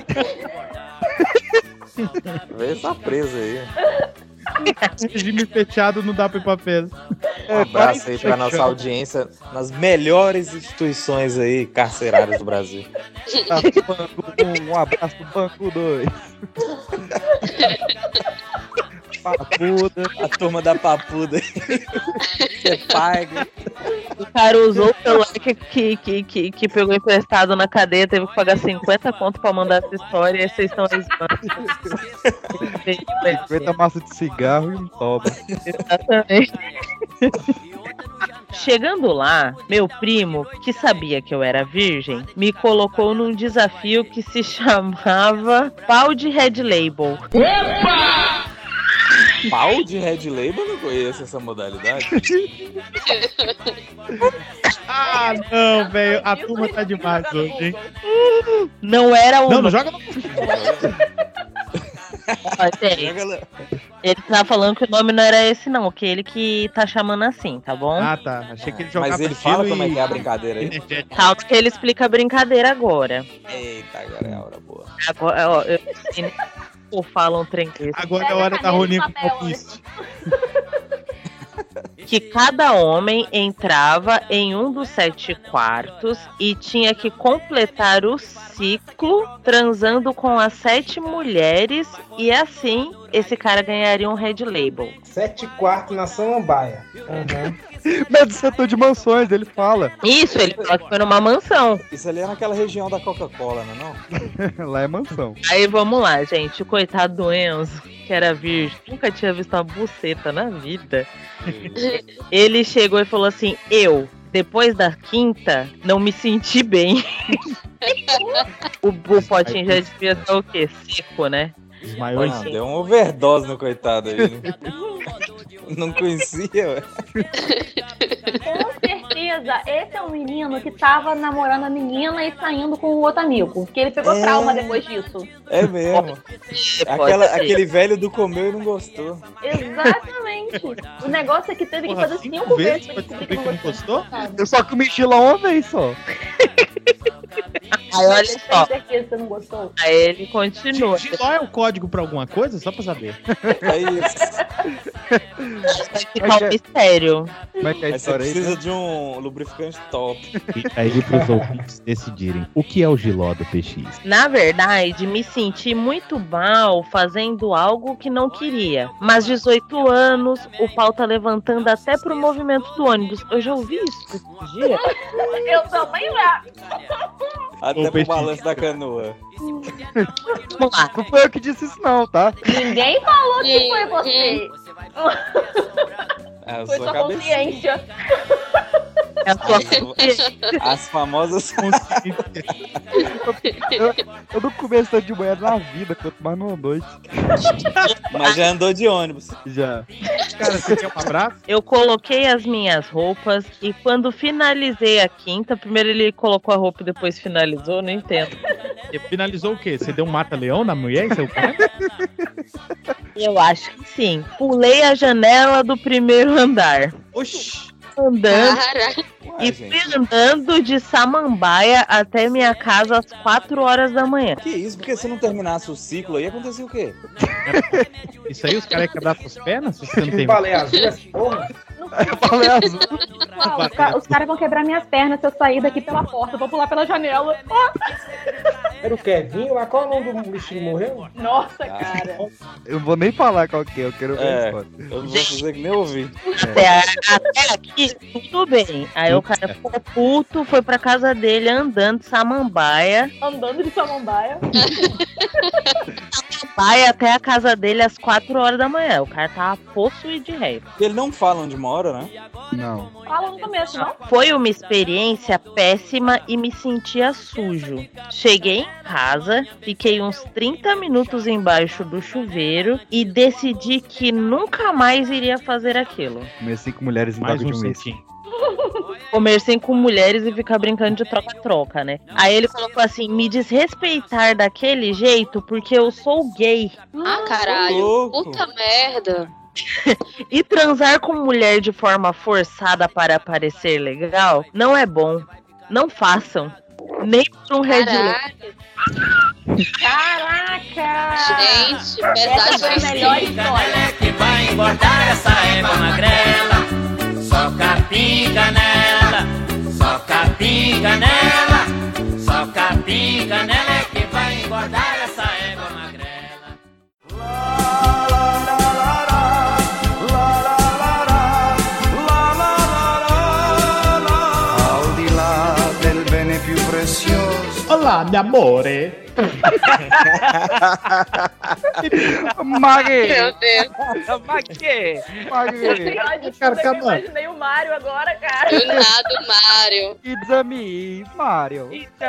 Vê essa presa aí. Regime fechado, não dá pra ir pra festa. Um abraço aí pra nossa audiência nas melhores instituições aí carcerárias do Brasil. Um abraço do Banco 2. Papuda. A turma da papuda. Você paga. O cara usou o celular que pegou emprestado na cadeia, teve que pagar 50 conto pra mandar essa história e vocês estão riscando. 50 massa de cigarro e um toba. Exatamente. Chegando lá, meu primo, que sabia que eu era virgem, me colocou num desafio que se chamava Pau de Red Label. Opa! Pau de Red Label? Eu não conheço essa modalidade. Ah, não, velho. A turma tá demais hoje, hein? Não era uma. Não joga no... Ele tá falando que o nome não era esse, não. Que ele que tá chamando assim, tá bom? Ah, tá. Achei que ele jogava. Mas ele fala como é que é a brincadeira aí. Calma que ele explica a brincadeira agora. Eita, agora é a hora boa. Agora, ó, eu falo um trem desse. Agora é a hora da Roninha com palpiste. Que cada homem entrava em um dos 7 quartos e tinha que completar o ciclo transando com as 7 mulheres e assim esse cara ganharia um Red Label. 7 quartos na Samambaia. Uhum. Mas do setor de mansões, ele fala. Isso, ele fala que foi numa mansão. Isso ali é naquela região da Coca-Cola, não é não? Lá é mansão. Aí vamos lá, gente. O coitado do Enzo, que era virgem, nunca tinha visto uma buceta na vida. Ele chegou e falou assim, depois da 5ª, não me senti bem. o potinho já devia estar o quê? Seco, né? Não, deu uma overdose no coitado aí. Né? Não conhecia, velho. Com certeza, esse é um menino que tava namorando a menina e saindo com o outro amigo. Porque ele pegou trauma depois disso. É mesmo. Aquele velho do comeu e não gostou. Exatamente. O negócio é que teve que fazer 5 vezes pra descobrir que não gostou. Eu só comi giló uma vez só. Aí olha só. Tem certeza que você não gostou? Aí ele continua. Giló é o código pra alguma coisa? Só pra saber. É isso. Vai ficar um mistério. Como é que é a Aí você história aí? precisa de um lubrificante top. E aí pros ouvintes decidirem. O que é o giló do PX? Na verdade, me senti muito mal fazendo algo que não queria. Mas 18 anos, o pau tá levantando até pro movimento do ônibus. Eu já ouvi isso esse dia. Eu também já. Até pro balanço da canoa. Vamos lá. Não foi eu que disse isso não, tá? Ninguém falou que foi você. Foi sua consciência. As famosas. Eu não começo tanto de manhã na vida, quanto mais numa noite. Mas já andou de ônibus. Já. Cara, você quer um abraço? Eu coloquei as minhas roupas e quando finalizei a 5ª, primeiro ele colocou a roupa e depois finalizou, não entendo. Você finalizou o quê? Você deu um mata-leão na mulher e seu pai? Eu acho que sim. Pulei a janela do 1º andar. Oxi. Andando. Caraca. E fui andando de Samambaia até minha casa às 4 horas da manhã. Que isso? Porque se não terminasse o ciclo aí, acontecia o quê? Isso aí os caras iam quebrar suas pernas? Se você não tem... Baleia azul, essa porra. Baleia azul. Os caras vão quebrar minhas pernas se eu sair daqui pela porta. Eu vou pular pela janela. Era o Kevinho lá? Qual é o nome do bichinho que morreu? Nossa, cara. Eu não vou nem falar qual que é, eu quero ver a história. Eu não vou dizer que nem ouvi. Até aqui, tudo bem. Aí o cara ficou puto, foi pra casa dele andando de Samambaia. Andando de Samambaia. Samambaia até a casa dele às 4 horas da manhã. O cara tava possuído de raiva. Ele não fala onde mora, né? Não. Fala no começo, não? Foi uma experiência péssima e me sentia sujo. Cheguei em casa, fiquei uns 30 minutos embaixo do chuveiro e decidi que nunca mais iria fazer aquilo. Comer 5 mulheres em Mais toca um de um mês. centinho. Comer 5 mulheres e ficar brincando de troca-troca, né? Aí ele colocou assim, me desrespeitar daquele jeito porque eu sou gay. Ah, caralho. Puta merda. E transar com mulher de forma forçada para parecer legal não é bom. Não façam. Nem por um Red Label. Caraca! Gente, essa foi a melhor história. Que vai engordar essa égua magrela. Só capinga nela, só capinga nela, só capinga nela é que vai engordar essa égua magrela. Al di là del bene più prezioso. Olá, meu amore. Maggie! Meu Deus. Maggie! Eu imaginei o Mário agora, cara. Do nada, Mário. It's a me, Mario.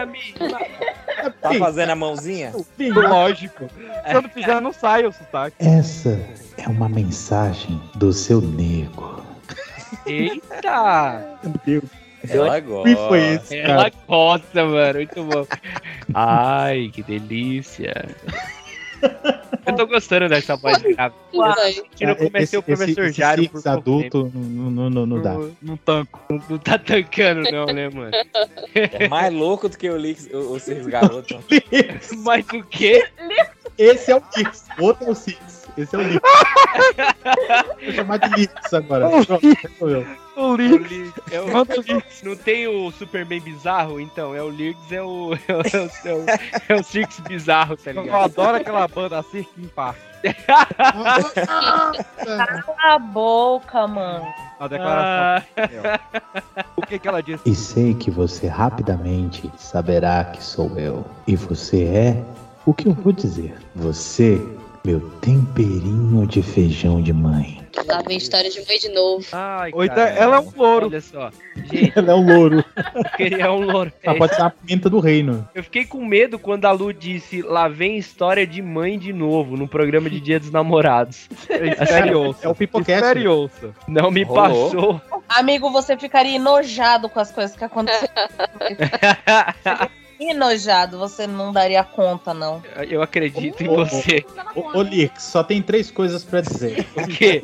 Tá fazendo a mãozinha? Lógico. Se eu não fizer, não sai o sotaque. Essa é uma mensagem do seu nego. Eita! Meu Deus. Ela gosta. Que foi esse, cara? Ela gosta, mano. Muito bom. Ai, que delícia. Eu tô gostando dessa voz grave. Eu comecei o professor Jário por pouco adulto não dá. Não tanco. Não tá tancando, não, né, mano? É mais louco do que o Lix, o Six Garoto. Mais do que? Esse é o Lix. Outro é o Six. Esse é o Lix. Vou chamar de Lix agora. O Lix. Não tem o Superman bizarro? Então, é o Lix, é o Six bizarro, tá ligado? Eu adoro aquela banda Cirque Park. Cala a boca, mano. A declaração. O que ela disse? E sei que você rapidamente saberá que sou eu. E você é o que eu vou dizer. Você, meu temperinho de feijão de mãe. Lá vem história de mãe de novo. Ai, Ou então, cara, ela é um louro. Olha só. Gente, Ela é um louro. eu queria um louro. Ela pode ser uma pimenta do reino. Eu fiquei com medo quando a Lu disse lá vem história de mãe de novo no programa de Dia dos Namorados. Espere ouça. É o Pipocast. Espere ouça. Não me Rolou. passou. Amigo, você ficaria enojado com as coisas que aconteceram. Enojado, você não daria conta, não. Eu acredito em você. Ô, Lix, só tem 3 coisas pra dizer. O quê?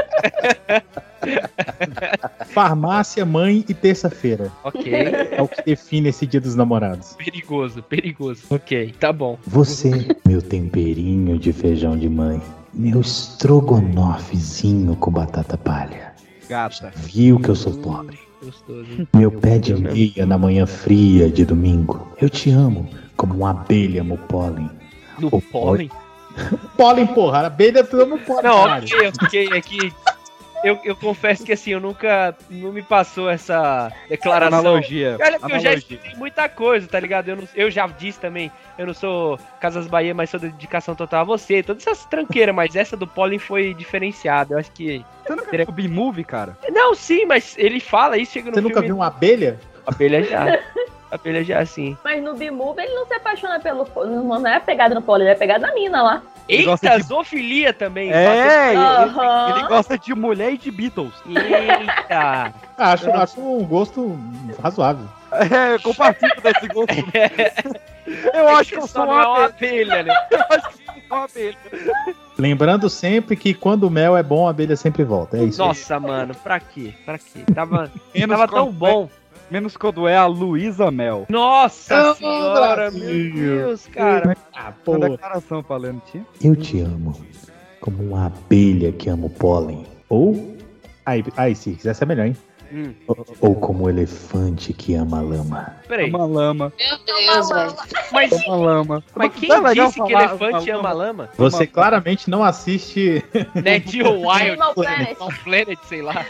Farmácia, mãe e terça-feira. Ok. É o que define esse Dia dos Namorados. Perigoso, perigoso. Ok, tá bom. Você, meu temperinho de feijão de mãe. Meu estrogonofezinho com batata palha. Gata. Viu que eu sou pobre? Gostoso. Meu pé de meia na manhã fria de domingo. Eu te amo como uma abelha amo pólen. No O pólen? Pólen, porra. A abelha tu ama pólen, Não, caralho. ok. É que eu confesso que assim, não me passou essa declaração. Analogia. Olha que eu já Analogia. estudei muita coisa, tá ligado? Eu já disse também, eu não sou Casas Bahia, mas sou dedicação total a você. Todas essas tranqueiras, mas essa do pólen foi diferenciada. Eu acho que... Você nunca viu o B-Movie, cara? Não, sim, mas ele fala isso, chega no Você filme... nunca viu uma abelha? Abelha já. Abelha já, sim. Mas no B-Movie ele não se apaixona pelo... Não é pegado no polo, ele é pegado na mina lá. Eita, zoofilia também. É, Aham. ele gosta de mulher e de Beatles. Eita. Acho um gosto razoável. É, eu compartilho desse gosto. Eu acho que eu sou não é uma uma abelha, né? Eu acho que eu sou uma abelha. Lembrando sempre que quando o mel é bom, a abelha sempre volta. É isso. Nossa, mano, pra quê? Pra quê? Tava Menos tão quando- bom. Menos quando é a Luísa Mel. Nossa Oh, senhora, meu Brasil. Deus, cara. Ah, Uma pô. declaração falando, tia. Eu te amo como uma abelha que ama o pólen. Ou. Aí, Six, essa é melhor, hein? Ou como o elefante que ama a lama. Peraí. Uma lama. Meu Deus, velho. Mas, Uma lama. mas quem Não é legal disse que falar elefante uma ama lama? Você claramente não assiste. Né, Geo Wild, Animal Planet. Animal Planet, sei lá.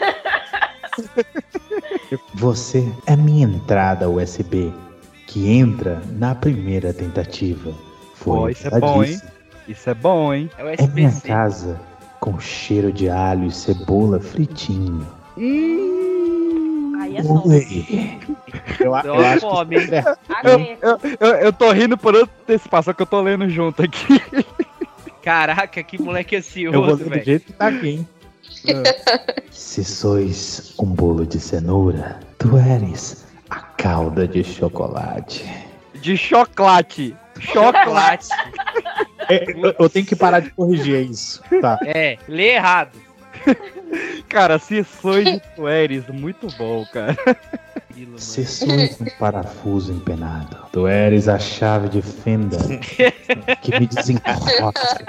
Você é minha entrada USB que entra na primeira tentativa. Foi Ó, o isso que é ela bom, hein? disse. Isso é bom, hein? É o É minha SBC. casa com cheiro de alho e cebola fritinho. Aí é só. Oi. Eu Dá acho fome, hein? Eu tô rindo por antecipação que eu tô lendo junto aqui. Caraca, que moleque eu vou ansioso, ler do velho. jeito que tá aqui, hein? Se sois um bolo de cenoura, tu eres a calda de chocolate. De chocolate. Chocolate. Eu tenho que parar de corrigir isso. Tá. É, lê errado. Cara, se sois de Tueres, muito bom, cara. Se sois um parafuso empenado, tu eres a chave de fenda que me desencosta.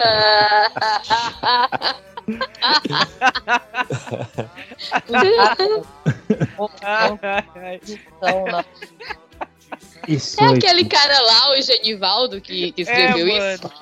É aquele cara lá, o Genivaldo, que escreveu isso.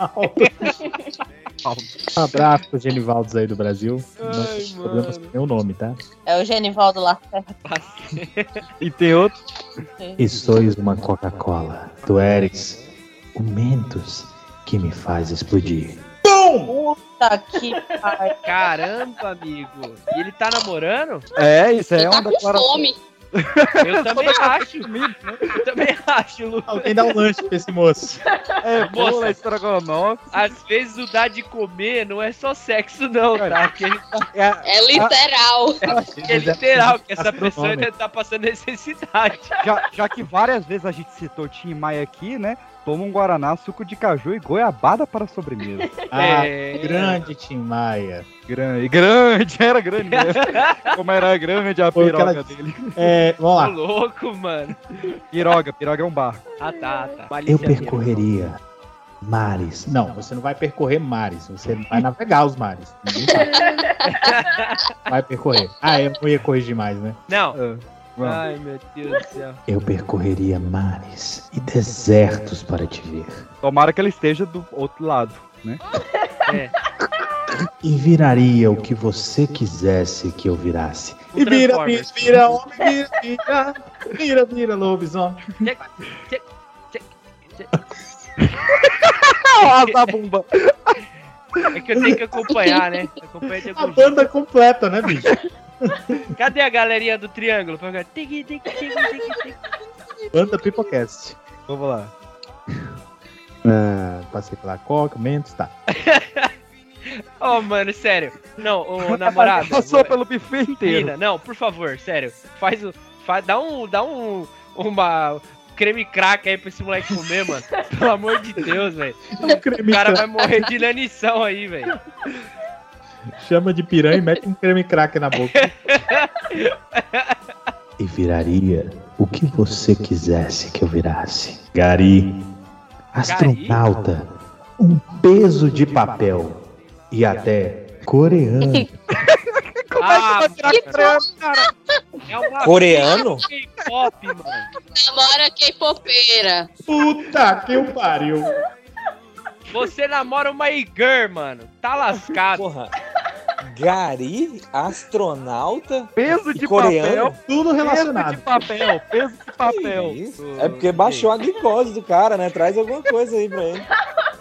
Um abraço pros Genivaldos aí do Brasil. Nossos problemas com meu nome, tá? É o Genivaldo Lacerda. E tem outro? E sois uma Coca-Cola. Tu eres o Mentos que me faz explodir. Puta que pariu. Caramba, amigo. E ele tá namorando? É, isso aí é Tá uma com declaração. fome. Eu também acho. Eu também acho, Lu. Alguém dá um lanche pra esse moço. É, Moça, bola, estrogonofe. às vezes o dar de comer não é só sexo, não, tá? Porque ele tá... É literal. É literal, que essa pessoa ainda tá passando necessidade. Já que várias vezes a gente citou Tim Maia aqui, né? Toma um Guaraná, suco de caju e goiabada para a sobremesa. Grande Tim Maia. Era grande mesmo. Como era grande a piroga dele. Vamos lá. Tô louco, mano. Piroga é um barco. Ah, tá. Eu percorreria mares. Não, você não vai percorrer mares. Você vai navegar os mares. Vai percorrer. Eu não ia corrigir mais, né? Não. Ai, meu Deus do céu. Eu percorreria mares e desertos para te ver. Tomara que ele esteja do outro lado, né? É. E viraria o que você quisesse que eu virasse. O E vira, Transformers. vira, homem, vira, lobisomem. Asa bumba. É que eu tenho que acompanhar, né? Acompanhar de A algum banda completa, né, bicho? jeito. Cadê a galerinha do triângulo? Banda Pipocast. Vamos lá. Passei pela Coca, Mentos, tá. Oh, mano, sério. Não, o namorado. Passou pelo buffet inteiro. Mina, não, por favor, sério. Dá uma creme crack aí pra esse moleque comer, mano. Pelo amor de Deus, velho. O cara vai morrer de inanição aí, velho. Chama de piranha e mete um creme crack na boca. E viraria o que você quisesse que eu virasse. Gari, astronauta, um peso de papel e até coreano. É uma Coreano? K-pop, mano. Namora K-popeira. Puta que o pariu. Você namora uma e-girl, mano. Tá lascado. Porra. Gari, astronauta, peso de coreano, papel, tudo relacionado. Peso de papel. É porque baixou a glicose do cara, né? Traz alguma coisa aí pra ele.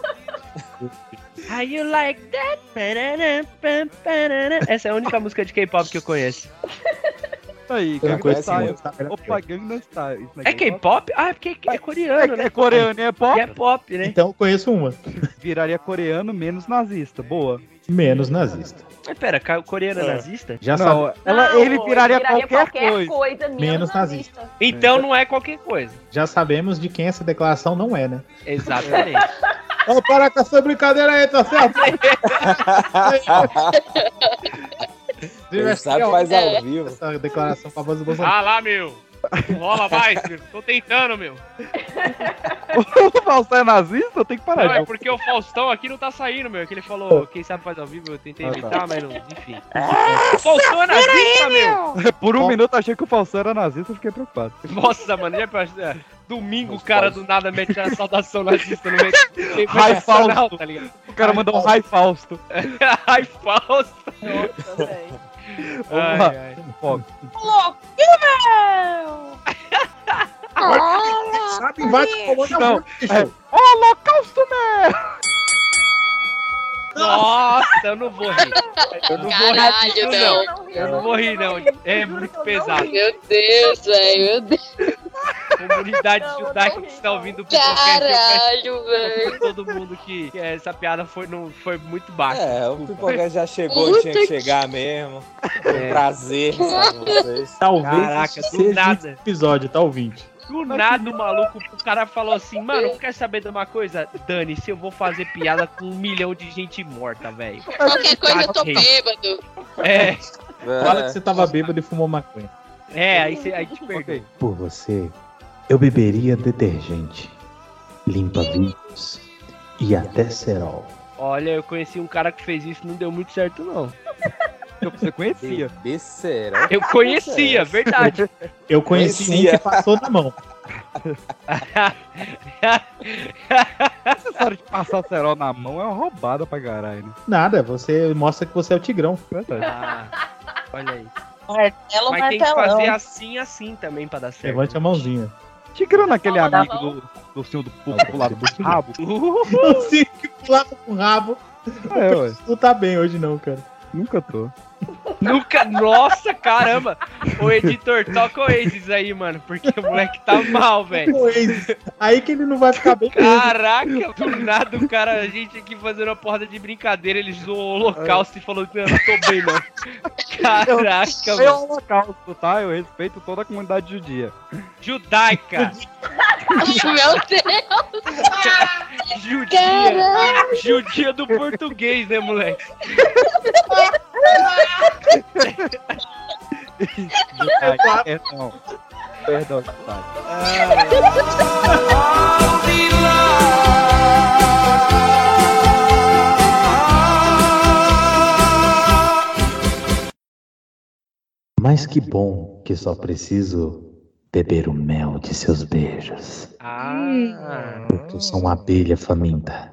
How you like that? Essa é a única música de K-pop que eu conheço. Aí, Gangnam Style. Opa, Gangnam Style. É K-pop? Ah, é porque é coreano, né? É coreano e é pop? É pop, né? Então eu conheço uma. Viraria coreano menos nazista. Boa. Menos nazista. Mas pera, coreano é nazista? Já não, sabe. Ele viraria qualquer coisa menos nazista. Então não é qualquer coisa. Já sabemos de quem essa declaração não é, né? Exatamente. Vamos parar com essa brincadeira aí, tá certo? Ele sabe faz ao vivo. Essa declaração pra voz do Bolsonaro. Ah lá, meu. Não rola mais, meu. Tô tentando, meu. O Faustão é nazista? Eu tenho que parar. Não, é porque o Faustão aqui não tá saindo, meu. Que ele falou, quem sabe faz ao vivo, eu tentei imitar, mas não, enfim. O Faustão é nazista, meu. Por um minuto achei que o Faustão era nazista, eu fiquei preocupado. Nossa, mano, já domingo o cara do nada mete a saudação nazista no meio. Rai Fausto, tá ligado? O cara mandou um Rai Fausto. Rai Fausto. Nossa, velho. Ai. Louquinho! Sabe, vai não. Holocausto, man! Nossa, eu não vou rir. Eu não vou rir. Caralho, não. Eu não vou rir, não. É muito pesado. Meu Deus, velho. Meu Deus. Comunidade judaica que está ouvindo o Caralho, velho. Todo mundo que essa piada foi muito baixa. É, o Pipocast já chegou, tinha que chegar mesmo. Foi um prazer estar com vocês. Talvez Caraca, do seja nada. esse episódio, tá ouvinte? Do nada o maluco, o cara falou assim, mano, quer saber de uma coisa? Dane-se, eu vou fazer piada com 1 milhão de gente morta, velho. Qualquer coisa eu tô bêbado. É. Fala que você tava bêbado e fumou maconha. Aí te perdoei. Por você, eu beberia detergente, limpa-vidros e até cerol. Olha, eu conheci um cara que fez isso e não deu muito certo, não. Você conhecia? Será? Eu conhecia, verdade. Eu conheci um que passou na mão. Essa história de passar cerol na mão é uma roubada pra caralho, né? Nada, você mostra que você é o Tigrão. Olha aí. Martelo, Mas tem que fazer assim também pra dar certo. Levante a mãozinha. Tigrão naquele Não, tá amigo bom. do senhor do pulado do rabo. O Ciro que pulava com o rabo. É, ué. Tu tá bem hoje não, cara. Nunca tô. Nunca. Nossa, caramba! Ô editor, toca o Oasis aí, mano, porque o moleque tá mal, velho. Aí que ele não vai ficar bem. Caraca, do nada o cara, a gente aqui fazendo uma porra de brincadeira, ele zoou o holocausto e falou que eu não tô bem, não. Caraca, É mano. o holocausto, tá? Eu respeito toda a comunidade judia. Judaica. Meu Deus! Judia. Judia do português, né, moleque? Perdão. Perdão, pai. Mas que bom que só preciso beber o mel de seus beijos. Eu sou uma abelha faminta.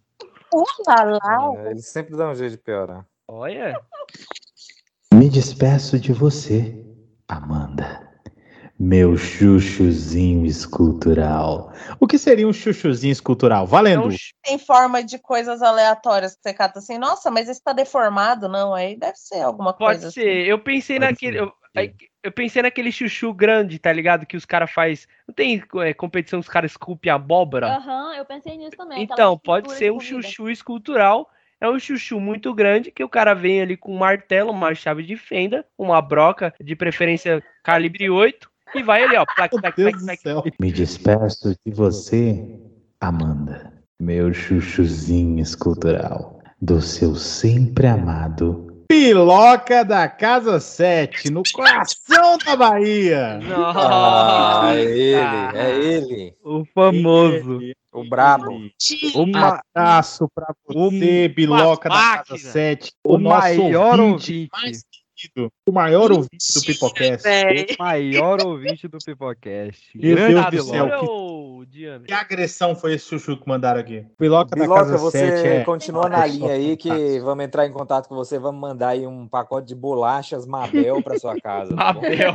Eles sempre dão um jeito de piorar. Olha. Me despeço de você, Amanda. Meu chuchuzinho escultural. O que seria um chuchuzinho escultural? Valendo. Tem forma de coisas aleatórias que você cata assim, nossa, mas esse tá deformado, não? Aí deve ser alguma coisa. Pode ser. Eu pensei naquele. Eu pensei naquele chuchu grande, tá ligado? Que os caras faz. Não tem competição, os caras esculpem abóbora? Aham, eu pensei nisso também. Então, pode ser um chuchu escultural. É um chuchu muito grande que o cara vem ali com um martelo, uma chave de fenda, uma broca, de preferência calibre 8, e vai ali, ó. Plac, plac, plac, plac. Me despeço de você, Amanda. Meu chuchuzinho escultural. Do seu sempre amado Piloca da Casa 7, no coração da Bahia. Ah, é ele. O famoso. O brabo. Um abraço pra você, Piloca da Casa 7. O nosso maior ouvinte. mais querido. O maior ouvinte do Pipocast. O maior ouvinte do Pipocast. Meu Grande Deus do Piloca. céu. Que agressão foi esse chuchu que mandaram aqui? Piloca da Piloca, Casa você 7 é... continua na linha aí que vamos entrar em contato com você, vamos mandar aí um pacote de bolachas Mabel pra sua casa. Tá bom? Mabel.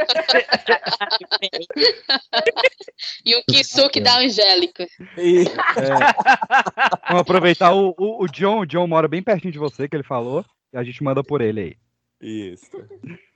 E um kisuke da Angélica. Vamos aproveitar o John. O John mora bem pertinho de você, que ele falou. E a gente manda por ele aí. Isso.